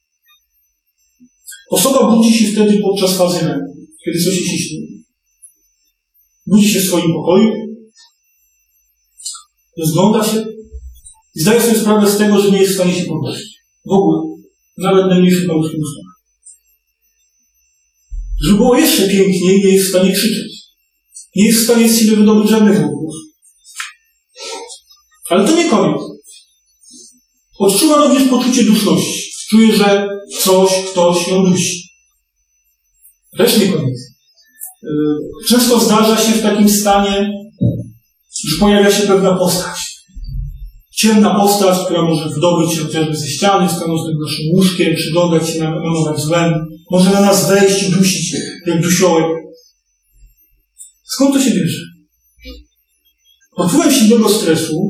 Osoba budzi się wtedy podczas fazy REM, kiedy coś się śni. Budzi się w swoim pokoju, rozgląda się i zdaje sobie sprawę z tego, że nie jest w stanie się podnosić. W ogóle. Nawet najmniejszym paluszkiem usta. Żeby było jeszcze piękniej, nie jest w stanie krzyczeć. Nie jest w stanie z siebie wydobyć żadnych ruchów. Ale to nie koniec. Odczuwa również poczucie duszności. Czuje, że ktoś ją dusi. Też nie koniec. Często zdarza się w takim stanie, że pojawia się pewna postać. Ciemna postać, która może wydobyć się chociażby ze ściany, stanąć nad naszym łóżkiem, przyglądać się nam złem. Może na nas wejść i dusić, jak dusiołek. Skąd to się bierze? Pod wpływem silnego stresu,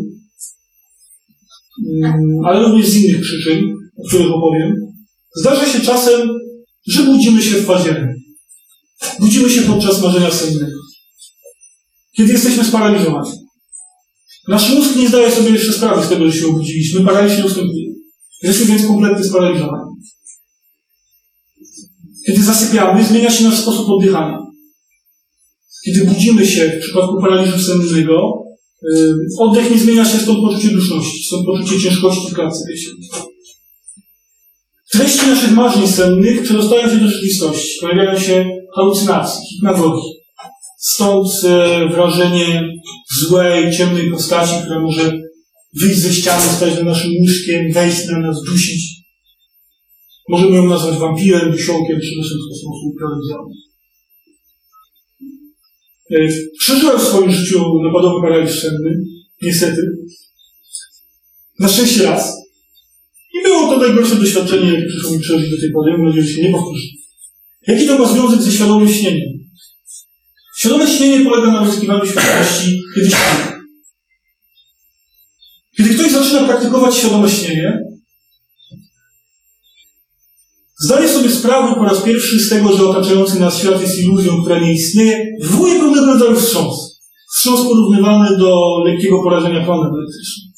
ale również z innych przyczyn, o których opowiem, zdarza się czasem, że budzimy się w fazie REM. Budzimy się podczas marzenia sennego. Kiedy jesteśmy sparaliżowani. Nasz mózg nie zdaje sobie jeszcze sprawy z tego, że się obudziliśmy. Paraliż nie ustępuje. Jesteśmy więc kompletnie sparaliżowani. Kiedy zasypiamy, zmienia się nasz sposób oddychania. Kiedy budzimy się w przypadku paraliżu sennego, oddech nie zmienia się, stąd poczucie duszności, stąd poczucie ciężkości w klatce piersiowej. Treści naszych marzeń sennych przedostają się do rzeczywistości. Pojawiają się halucynacje, hipnagogi. Stąd wrażenie złej, ciemnej postaci, która może wyjść ze ściany, stać za naszym łóżkiem, wejść na nas, dusić. Możemy ją nazwać wampirem, dusiołkiem, czy naszym sposób uprawiony. Przeżyłem w swoim życiu napadowy paraliż senny, niestety. Na szczęście raz. I było to najgorsze doświadczenie, jakie przyszło mi przeżyć do tej pory. Mam nadzieję, że się nie powtórzy. Jaki to ma związek ze świadomym śnieniem? Świadome śnienie polega na wyzyskiwaniu świadomości, kiedy śpimy. Kiedy ktoś zaczyna praktykować świadome śnienie, zdaje sobie sprawę po raz pierwszy z tego, że otaczający nas świat jest iluzją, która nie istnieje, wywołuje pewnego rodzaju wstrząs. Wstrząs porównywany do lekkiego porażenia prądem elektrycznym.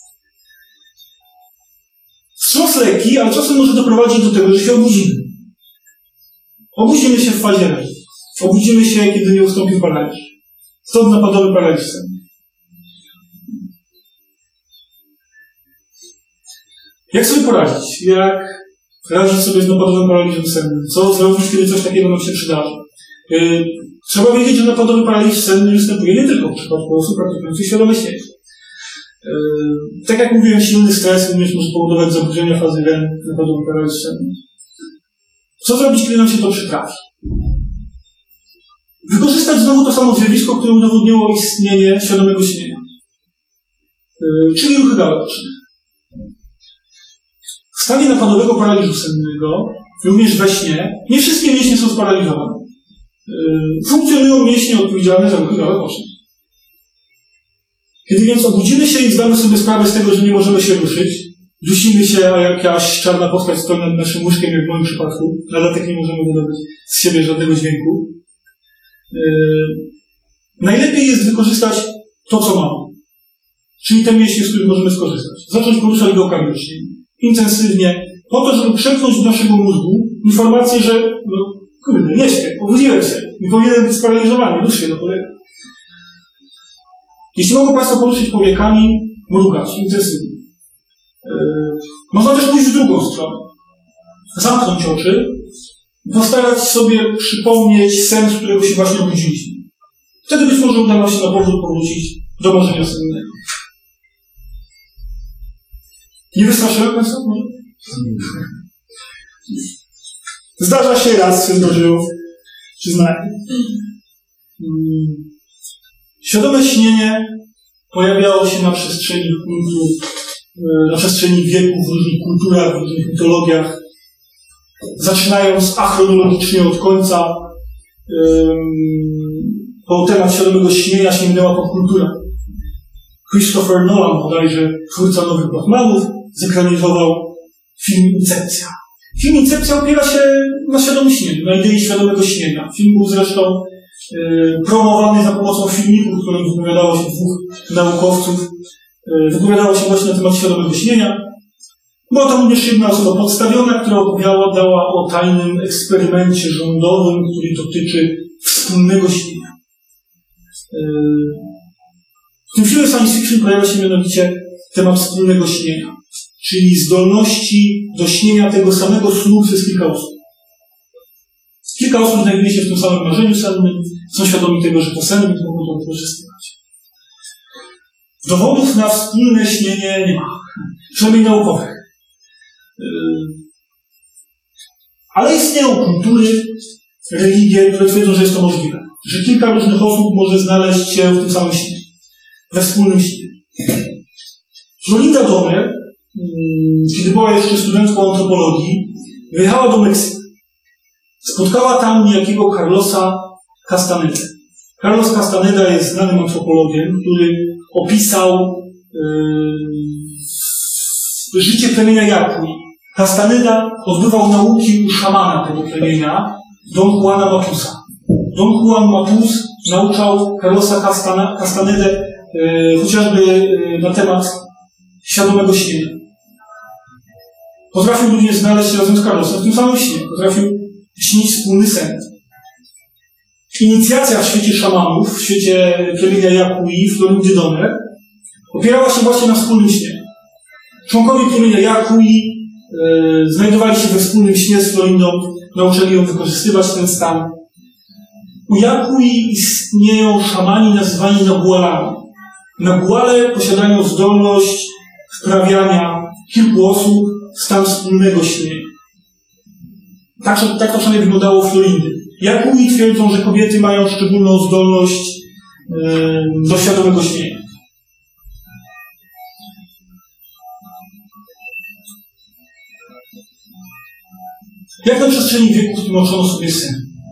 Wstrząs lekki, ale czasem może doprowadzić do tego, że się obudzimy. Obudzimy się w fazie REM. Obudzimy się, kiedy nie ustąpił paraliż. Stąd napadowy paraliż senny. Jak sobie poradzić? Jak radzić sobie z napadowym paraliżem sennym? Co zrobić, kiedy coś takiego nam się przydarzy? Trzeba wiedzieć, że napadowy paraliż senny występuje nie tylko w przypadku osób praktykujących świadome śnienie. Tak jak mówiłem, silny stres również może powodować zaburzenia fazy REM, napadowy paraliż senny. Co zrobić, kiedy nam się to przytrafi? Wykorzystać znowu to samo zjawisko, które udowodniło istnienie świadomego śnienia. Czyli ruchy galektyczne. W stanie napadowego paraliżu sennego, również we śnie, nie wszystkie mięśnie są sparaliżowane. Funkcjonują mięśnie odpowiedzialne za ruchy galektyczne. Kiedy więc obudzimy się i zdamy sobie sprawę z tego, że nie możemy się ruszyć, dusimy się, a jakaś czarna postać stoi nad naszym łóżkiem, jak w moim przypadku, na dodatek nie możemy wydobyć z siebie żadnego dźwięku. Najlepiej jest wykorzystać to, co mamy. Czyli te mięśnie, z których możemy skorzystać. Zacząć poruszać gałkami mięśniowymi. Intensywnie, po to, żeby przepchnąć do naszego mózgu informację, że nie śpię, obudziłem się, nie powinienem być sparaliżowany, rusz się do kolegi. Jeśli mogą Państwo poruszyć powiekami, mrugać intensywnie. Można też pójść w drugą stronę. Zamknąć oczy i postarać sobie przypomnieć sen, z którego się właśnie obudziliśmy. Wtedy być może uda nam się na powrót powrócić do marzenia sennego. Nie wystraszyłem Państwa? Zdarza się, raz się zdarzyło. Przyznaję. Świadome śnienie pojawiało się na przestrzeni wieków w różnych kulturach, w różnych mitologiach. Zaczynając achronologicznie od końca, bo temat świadomego śnienia sięgnęła popkultura. Christopher Nolan, bodajże twórca Nowych Batmanów, zekranizował film Incepcja. Film Incepcja opiera się na świadomym śnieniu, na idei świadomego śnienia. Film był zresztą promowany za pomocą filmiku, w którym wypowiadało się dwóch naukowców. Wypowiadało się właśnie na temat świadomego śnienia. Była tam również jedna osoba podstawiona, która opowiadała o tajnym eksperymencie rządowym, który dotyczy wspólnego śnienia. W tym filmie science fiction pojawia się mianowicie temat wspólnego śnienia, czyli zdolności do śnienia tego samego snu przez kilka osób. Kilka osób znajduje się w tym samym marzeniu sennym, są świadomi tego, że to sen, więc mogą to wykorzystywać. Dowodów na wspólne śnienie nie ma, przynajmniej naukowych. Ale istnieją kultury, religie, które twierdzą, że jest to możliwe. Że kilka różnych osób może znaleźć się w tym samym śnie, we wspólnym śnie. Florinda Domer, kiedy była jeszcze studentką antropologii, wyjechała do Meksyku. Spotkała tam niejakiego Carlosa Castanedę. Carlos Castaneda jest znanym antropologiem, który opisał życie plemienia Yapui. Castaneda odbywał nauki u szamana tego plemienia, Don Juana Matusa. Don Juan Matus nauczał Carlosa Castanedę chociażby na temat świadomego śnienia. Potrafił również znaleźć się razem z Carlosem w tym samym śnie. Potrafił śnić wspólny sen. Inicjacja w świecie szamanów, w świecie plemienia Yapui, w Florindzie Domer, opierała się właśnie na wspólnym śnie. Członkowie plemienia Yapui znajdowali się we wspólnym śnie z Florindą, nauczyli ją wykorzystywać ten stan. U Yakui istnieją szamani nazywani nagualami. Naguale posiadają zdolność wprawiania kilku osób w stan wspólnego śnienia. Tak to przynajmniej wyglądało u Florindy. Yakui twierdzą, że kobiety mają szczególną zdolność do świadomego śnienia. Jak na przestrzeni wieków tłumaczono sobie sen?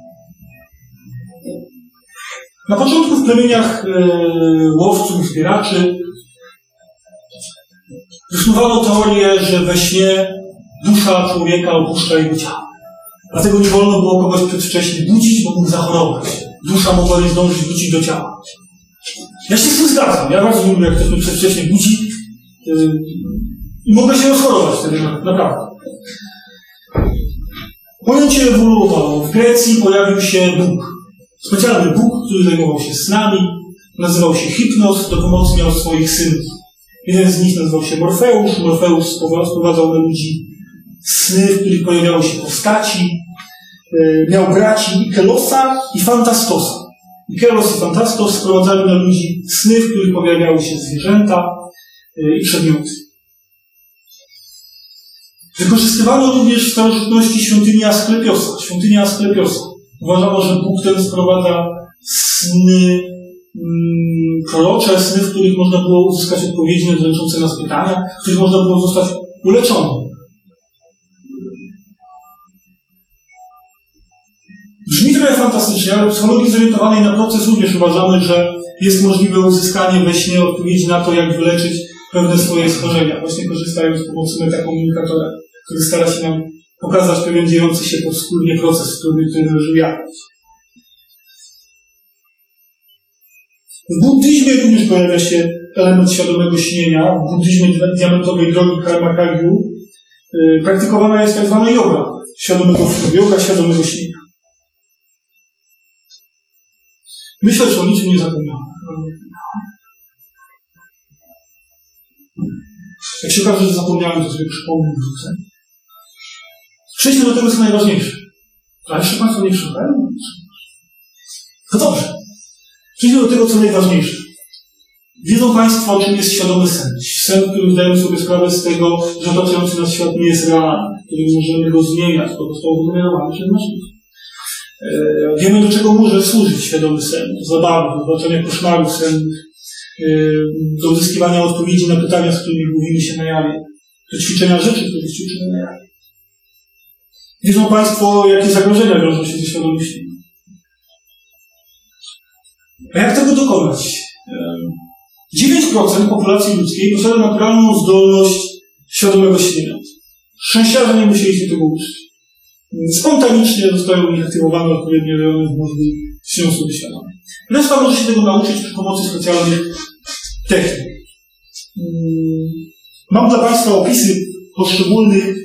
Na początku w plemieniach łowców, zbieraczy wysnuwano teorię, że we śnie dusza człowieka opuszcza jego ciało. Dlatego nie wolno było kogoś przedwcześnie budzić, bo mógł zachorować. Dusza mogła nie zdążyć wrócić do ciała. Ja się z tym zgadzam. Ja bardzo lubię, jak ktoś mnie przedwcześnie budzi i mogę się rozchorować wtedy, naprawdę. Pojęcie ewoluowało. W Grecji pojawił się Bóg. Specjalny Bóg, który zajmował się snami. Nazywał się Hipnos, do pomocy miał swoich synów. Jeden z nich nazywał się Morfeusz. Morfeusz sprowadzał na ludzi sny, w których pojawiały się postaci. Miał braci Ikelosa i Fantastosa. Ikelos i Fantastos sprowadzali na ludzi sny, w których pojawiały się zwierzęta i przedmioty. Wykorzystywano również w starożytności świątynię Asklepiosa. Świątynia Asklepiosa. Uważano, że Bóg ten sprowadza sny prorocze, sny, w których można było uzyskać odpowiedzi na dotyczące nas pytania, w których można było zostać uleczonym. Brzmi trochę fantastycznie, ale w psychologii zorientowanej na proces również uważamy, że jest możliwe uzyskanie we śnie odpowiedzi na to, jak wyleczyć pewne swoje schorzenia, właśnie korzystając z pomocy metakomunikatora, który stara się nam pokazać pewien dziejący się podskórnie proces, który należy ujawnić. W buddyzmie również pojawia się element świadomego śnienia. W buddyzmie diamentowej drogi Karma Kagyu praktykowana jest tak zwana joga świadomego śnienia. Myślę, że o niczym nie zapomniałem. Jak się okaże, że zapomniałem, to sobie przypomnę i wrócę. Przejdźmy do tego, co najważniejsze. A jeszcze Państwo nie przyszedłem? No dobrze. Przejdźmy do tego, co najważniejsze. Wiedzą Państwo, czym jest świadomy sen. Sen, w którym zdajemy sobie sprawę z tego, że otaczający nas świat nie jest realny, którym możemy go zmieniać, po prostu wykonywany przez nasz mózg. Wiemy, do czego może służyć świadomy sen. Do zabawy, do zobaczenia koszmarów sennych, do uzyskiwania odpowiedzi na pytania, z którymi mówimy się na jawie, do ćwiczenia rzeczy, które ćwiczymy na jawie. Wiedzą Państwo, jakie zagrożenia wiążą się ze świadomym śnieniem. A jak tego dokonać? 9% populacji ludzkiej posiada naturalną zdolność świadomego śnienia. Szczęściarze nie musieli się tego uczyć. Spontanicznie zostają u nich aktywowane odpowiednie rejony w mózgu, śnią sobie świadomie. Reszta może się tego nauczyć przy pomocy specjalnych technik. Mam dla Państwa opisy poszczególnych,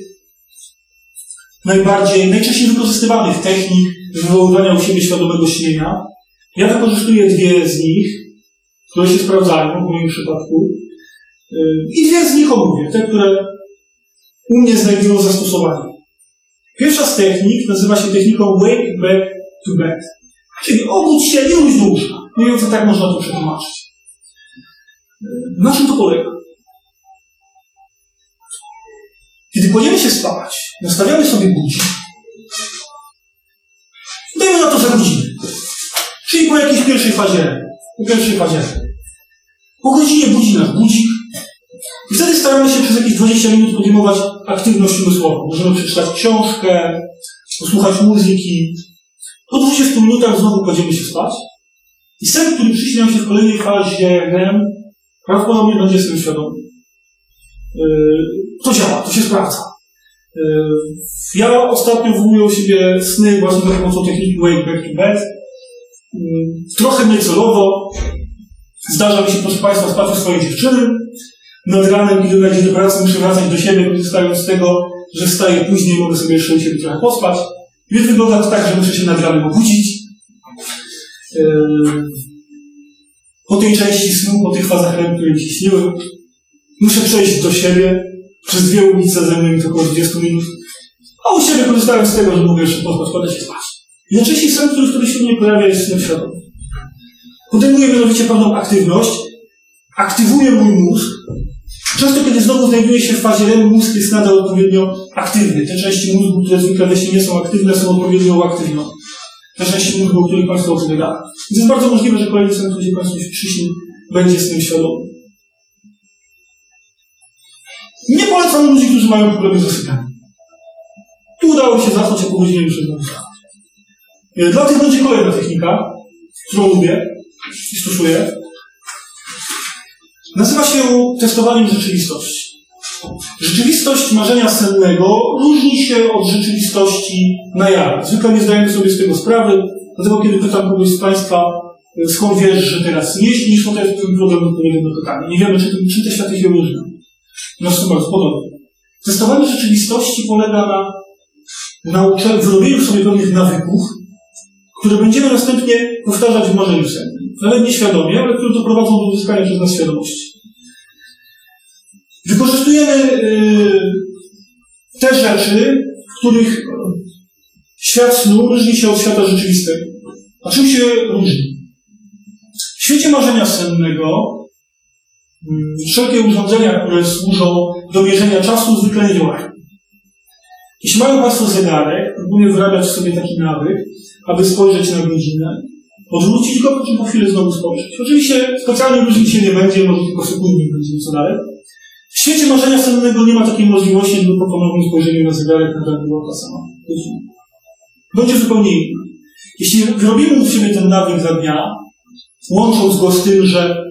najczęściej wykorzystywanych technik wywoływania u siebie świadomego śnienia. Ja wykorzystuję dwie z nich, które się sprawdzają w moim przypadku. I dwie z nich omówię, te, które u mnie znajdują zastosowanie. Pierwsza z technik nazywa się techniką Wake Back to Bed. Czyli obudź się i róż do łóżka. Mniej więcej tak można to przetłumaczyć. Na czym to polega? Kiedy kładziemy się spać, nastawiamy sobie budzik. Dajmy na to za godzinę. Czyli po jakiejś pierwszej fazie. Po godzinie budzi nas budzik. I wtedy staramy się przez jakieś 20 minut podejmować aktywność umysłową. Możemy przeczytać książkę, posłuchać muzyki. Po 20 minutach znowu kładziemy się spać. I sen, który przyśni nam się w kolejnej fazie REM, prawdopodobnie będzie snem świadomym. To działa, to się sprawdza. Ja ostatnio wywołuję u siebie sny właśnie za pomocą techniki Wake Back to Bed. Trochę niecelowo zdarza mi się, proszę Państwa, spać u swojej dziewczyny. Nad ranem, kiedy ona idzie do pracy, muszę wracać do siebie, korzystając z tego, że wstaję później, mogę sobie jeszcze u siebie trochę pospać. Więc wygląda to tak, że muszę się nad ranem obudzić. Po tej części snu, po tych fazach REM, które mi się śniły, muszę przejść do siebie, przez 2 ulice ze mną i to około 20 minut. A u siebie korzystałem z tego, że mogę jeszcze podkładać się spać. I najczęściej sen, który się nie pojawia, jest snem świadomym. Podejmuję mianowicie pewną aktywność, aktywuję mój mózg. Często, kiedy znowu znajduję się w fazie REM, mózg jest nadal odpowiednio aktywny. Te części mózgu, które zwykle we śnie nie są aktywne, są odpowiednio uaktywnione. Te części mózgu, o których Państwu opowiadałem. Więc jest bardzo możliwe, że kolejny sen, który się Państwu przyśni, będzie snem świadomym. Nie polecam ludzi, którzy mają problemy z zasypianiem. Tu udało mi się zasnąć, a po godzinie już jest. Dla tych ludzi kolejna technika, którą lubię i stosuję, nazywa się testowaniem rzeczywistości. Rzeczywistość marzenia sennego różni się od rzeczywistości na jawie. Zwykle nie zdajemy sobie z tego sprawy, dlatego kiedy pytam kogoś z Państwa, skąd wiesz, że teraz nie śnisz, no to jest problem odpowiedzi na pytanie. Nie wiemy, czym te światy się różnią. No są bardzo podobne. Testowanie rzeczywistości polega na wyrobieniu sobie pewnych nawyków, które będziemy następnie powtarzać w marzeniu sennym. Nawet nieświadomie, ale które doprowadzą do uzyskania przez nas świadomości. Wykorzystujemy te rzeczy, w których świat snu różni się od świata rzeczywistego. A czym się różni? W świecie marzenia sennego wszelkie urządzenia, które służą do mierzenia czasu, zwykle nie działają. Jeśli mają Państwo zegarek, próbuję wyrabiać sobie taki nawyk, aby spojrzeć na godzinę, odwrócić go, po chwilę znowu spojrzeć. Oczywiście specjalnie różnic się nie będzie, może tylko sekundnik będzie co dalej. W świecie marzenia sennego nie ma takiej możliwości, żeby po ponownym spojrzeniu na zegarek nadal była ta sama godzina. Będzie zupełnie inna. Jeśli wyrobimy w siebie ten nawyk za dnia, łącząc go z tym, że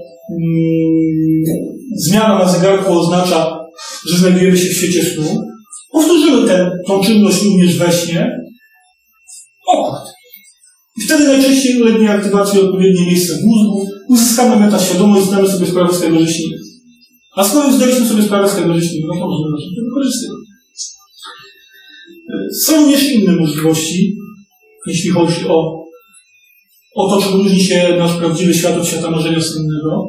zmiana na zegarku oznacza, że znajdujemy się w świecie snu, powtórzymy tą czynność również we śnie. I wtedy najczęściej ulegnie aktywacji odpowiednie miejsce w mózgu, uzyskamy metaświadomość, zdamy sobie sprawę z tego, że śnimy. A skoro już zdaliśmy sobie sprawę z tego, że śnimy, no to możemy zacząć to wykorzystywać. Są również inne możliwości, jeśli chodzi o to, czym różni się nasz prawdziwy świat od świata marzenia sennego.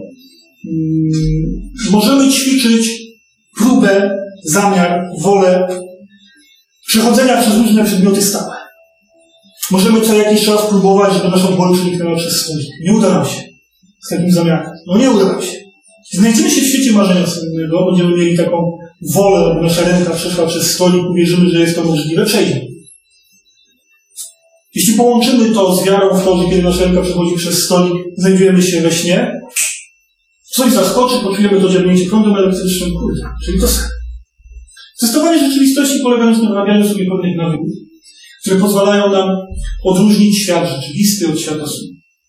Możemy ćwiczyć próbę, zamiar, wolę przechodzenia przez różne przedmioty stałe. Możemy co jakiś czas próbować, żeby nasza dłoń przeniknęła przez stolik. Nie uda nam się z takim zamiarem. No nie uda nam się. Znajdziemy się w świecie marzenia sennego, będziemy mieli taką wolę, aby nasza ręka przeszła przez stolik, uwierzymy, że jest to możliwe, przejdzie. Jeśli połączymy to z wiarą w to, że kiedy nasza ręka przechodzi przez stolik, znajdujemy się we śnie, coś zaskoczy, poczujemy to dziabnięcie prądem elektrycznym, czyli to sen. Testowanie rzeczywistości polega na wyrabianiu sobie pewnych nawyków, które pozwalają nam odróżnić świat rzeczywisty od świata snu.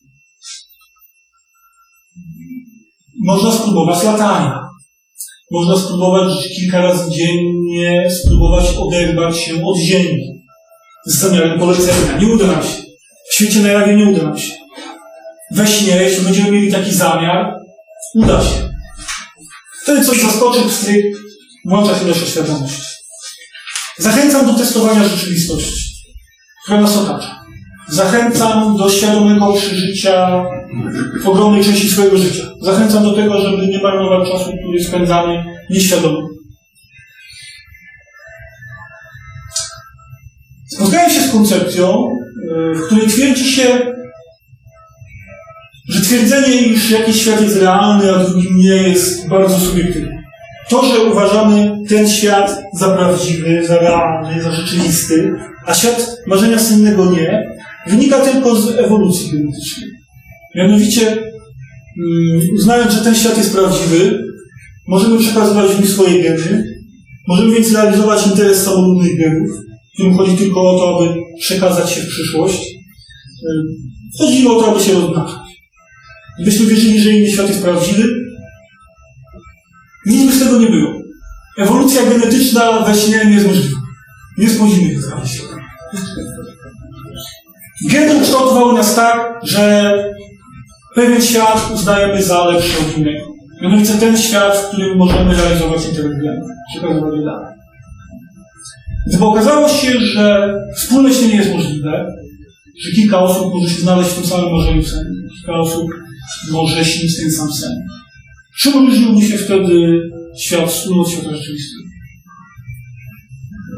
Można spróbować latania. Można spróbować kilka razy dziennie oderwać się od ziemi z zamiarem polecenia. Nie uda nam się. W świecie na jawie nie uda nam się. We śnie, jeśli będziemy mieli taki zamiar, uda się. Wtedy coś zaskoczy, pstryk, włącza się nasza świadomość. Zachęcam do testowania rzeczywistości, która nas otacza. Zachęcam do świadomego przeżycia ogromnej części swojego życia. Zachęcam do tego, żeby nie marnować czasu, który spędzamy nieświadomie. Spotkałem się z koncepcją, w której twierdzi się, że twierdzenie, iż jakiś świat jest realny, a drugi nie, jest bardzo subiektywne. To, że uważamy ten świat za prawdziwy, za realny, za rzeczywisty, a świat marzenia sennego nie, wynika tylko z ewolucji genetycznej. Mianowicie, uznając, że ten świat jest prawdziwy, możemy przekazywać w nim swoje geny, możemy więc realizować interes samolubnych genów, którym chodzi tylko o to, aby przekazać się w przyszłość. Chodzi o to, aby się rozmnażać. Gdybyśmy wierzyli, że inny świat jest prawdziwy, nic by z tego nie było. Ewolucja genetyczna we śnie nie jest możliwa. Nie spędzimy w zdrowiu świata. Geny ukształtowały nas tak, że pewien świat uznajemy za lepszy od innego. Mianowicie ten świat, w którym możemy realizować interes genów, przekazywać dalej. Gdyby okazało się, że wspólne śnienie jest możliwe, że kilka osób może się znaleźć w tym samym marzeniu sennym, kilka osób może śnić ten sam sen, czym różniłby się wtedy świat snu od świata rzeczywistego?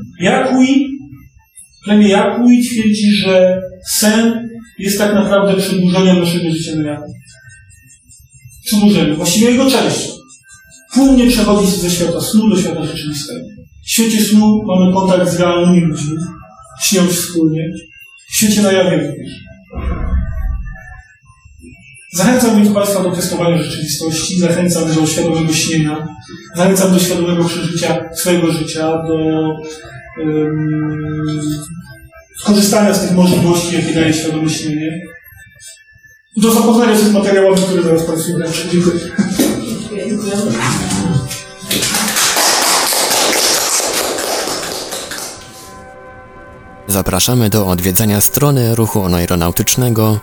Plemię Yakui twierdzi, że sen jest tak naprawdę przedłużeniem naszego życia na jawie. Przedłużeniem, właściwie jego częścią. Płynnie przechodzi ze świata snu do świata rzeczywistego. W świecie snu mamy kontakt z realnymi ludźmi, śniąc wspólnie. W świecie na jawie również. Zachęcam więc Państwa do testowania rzeczywistości, zachęcam do świadomego śnienia, zachęcam do świadomego przeżycia swojego życia, do korzystania z tych możliwości, jakie daje świadome śnienie. Do zapoznania się z materiałami, które zaraz Państwu wręczę. Dziękuję. Zapraszamy do odwiedzania strony ruchu oneironautycznego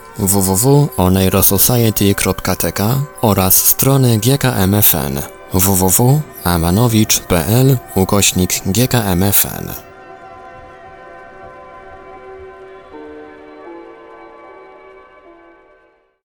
www.oneirosociety.tk oraz strony GKMFN www.amanowicz.pl/GKMFN.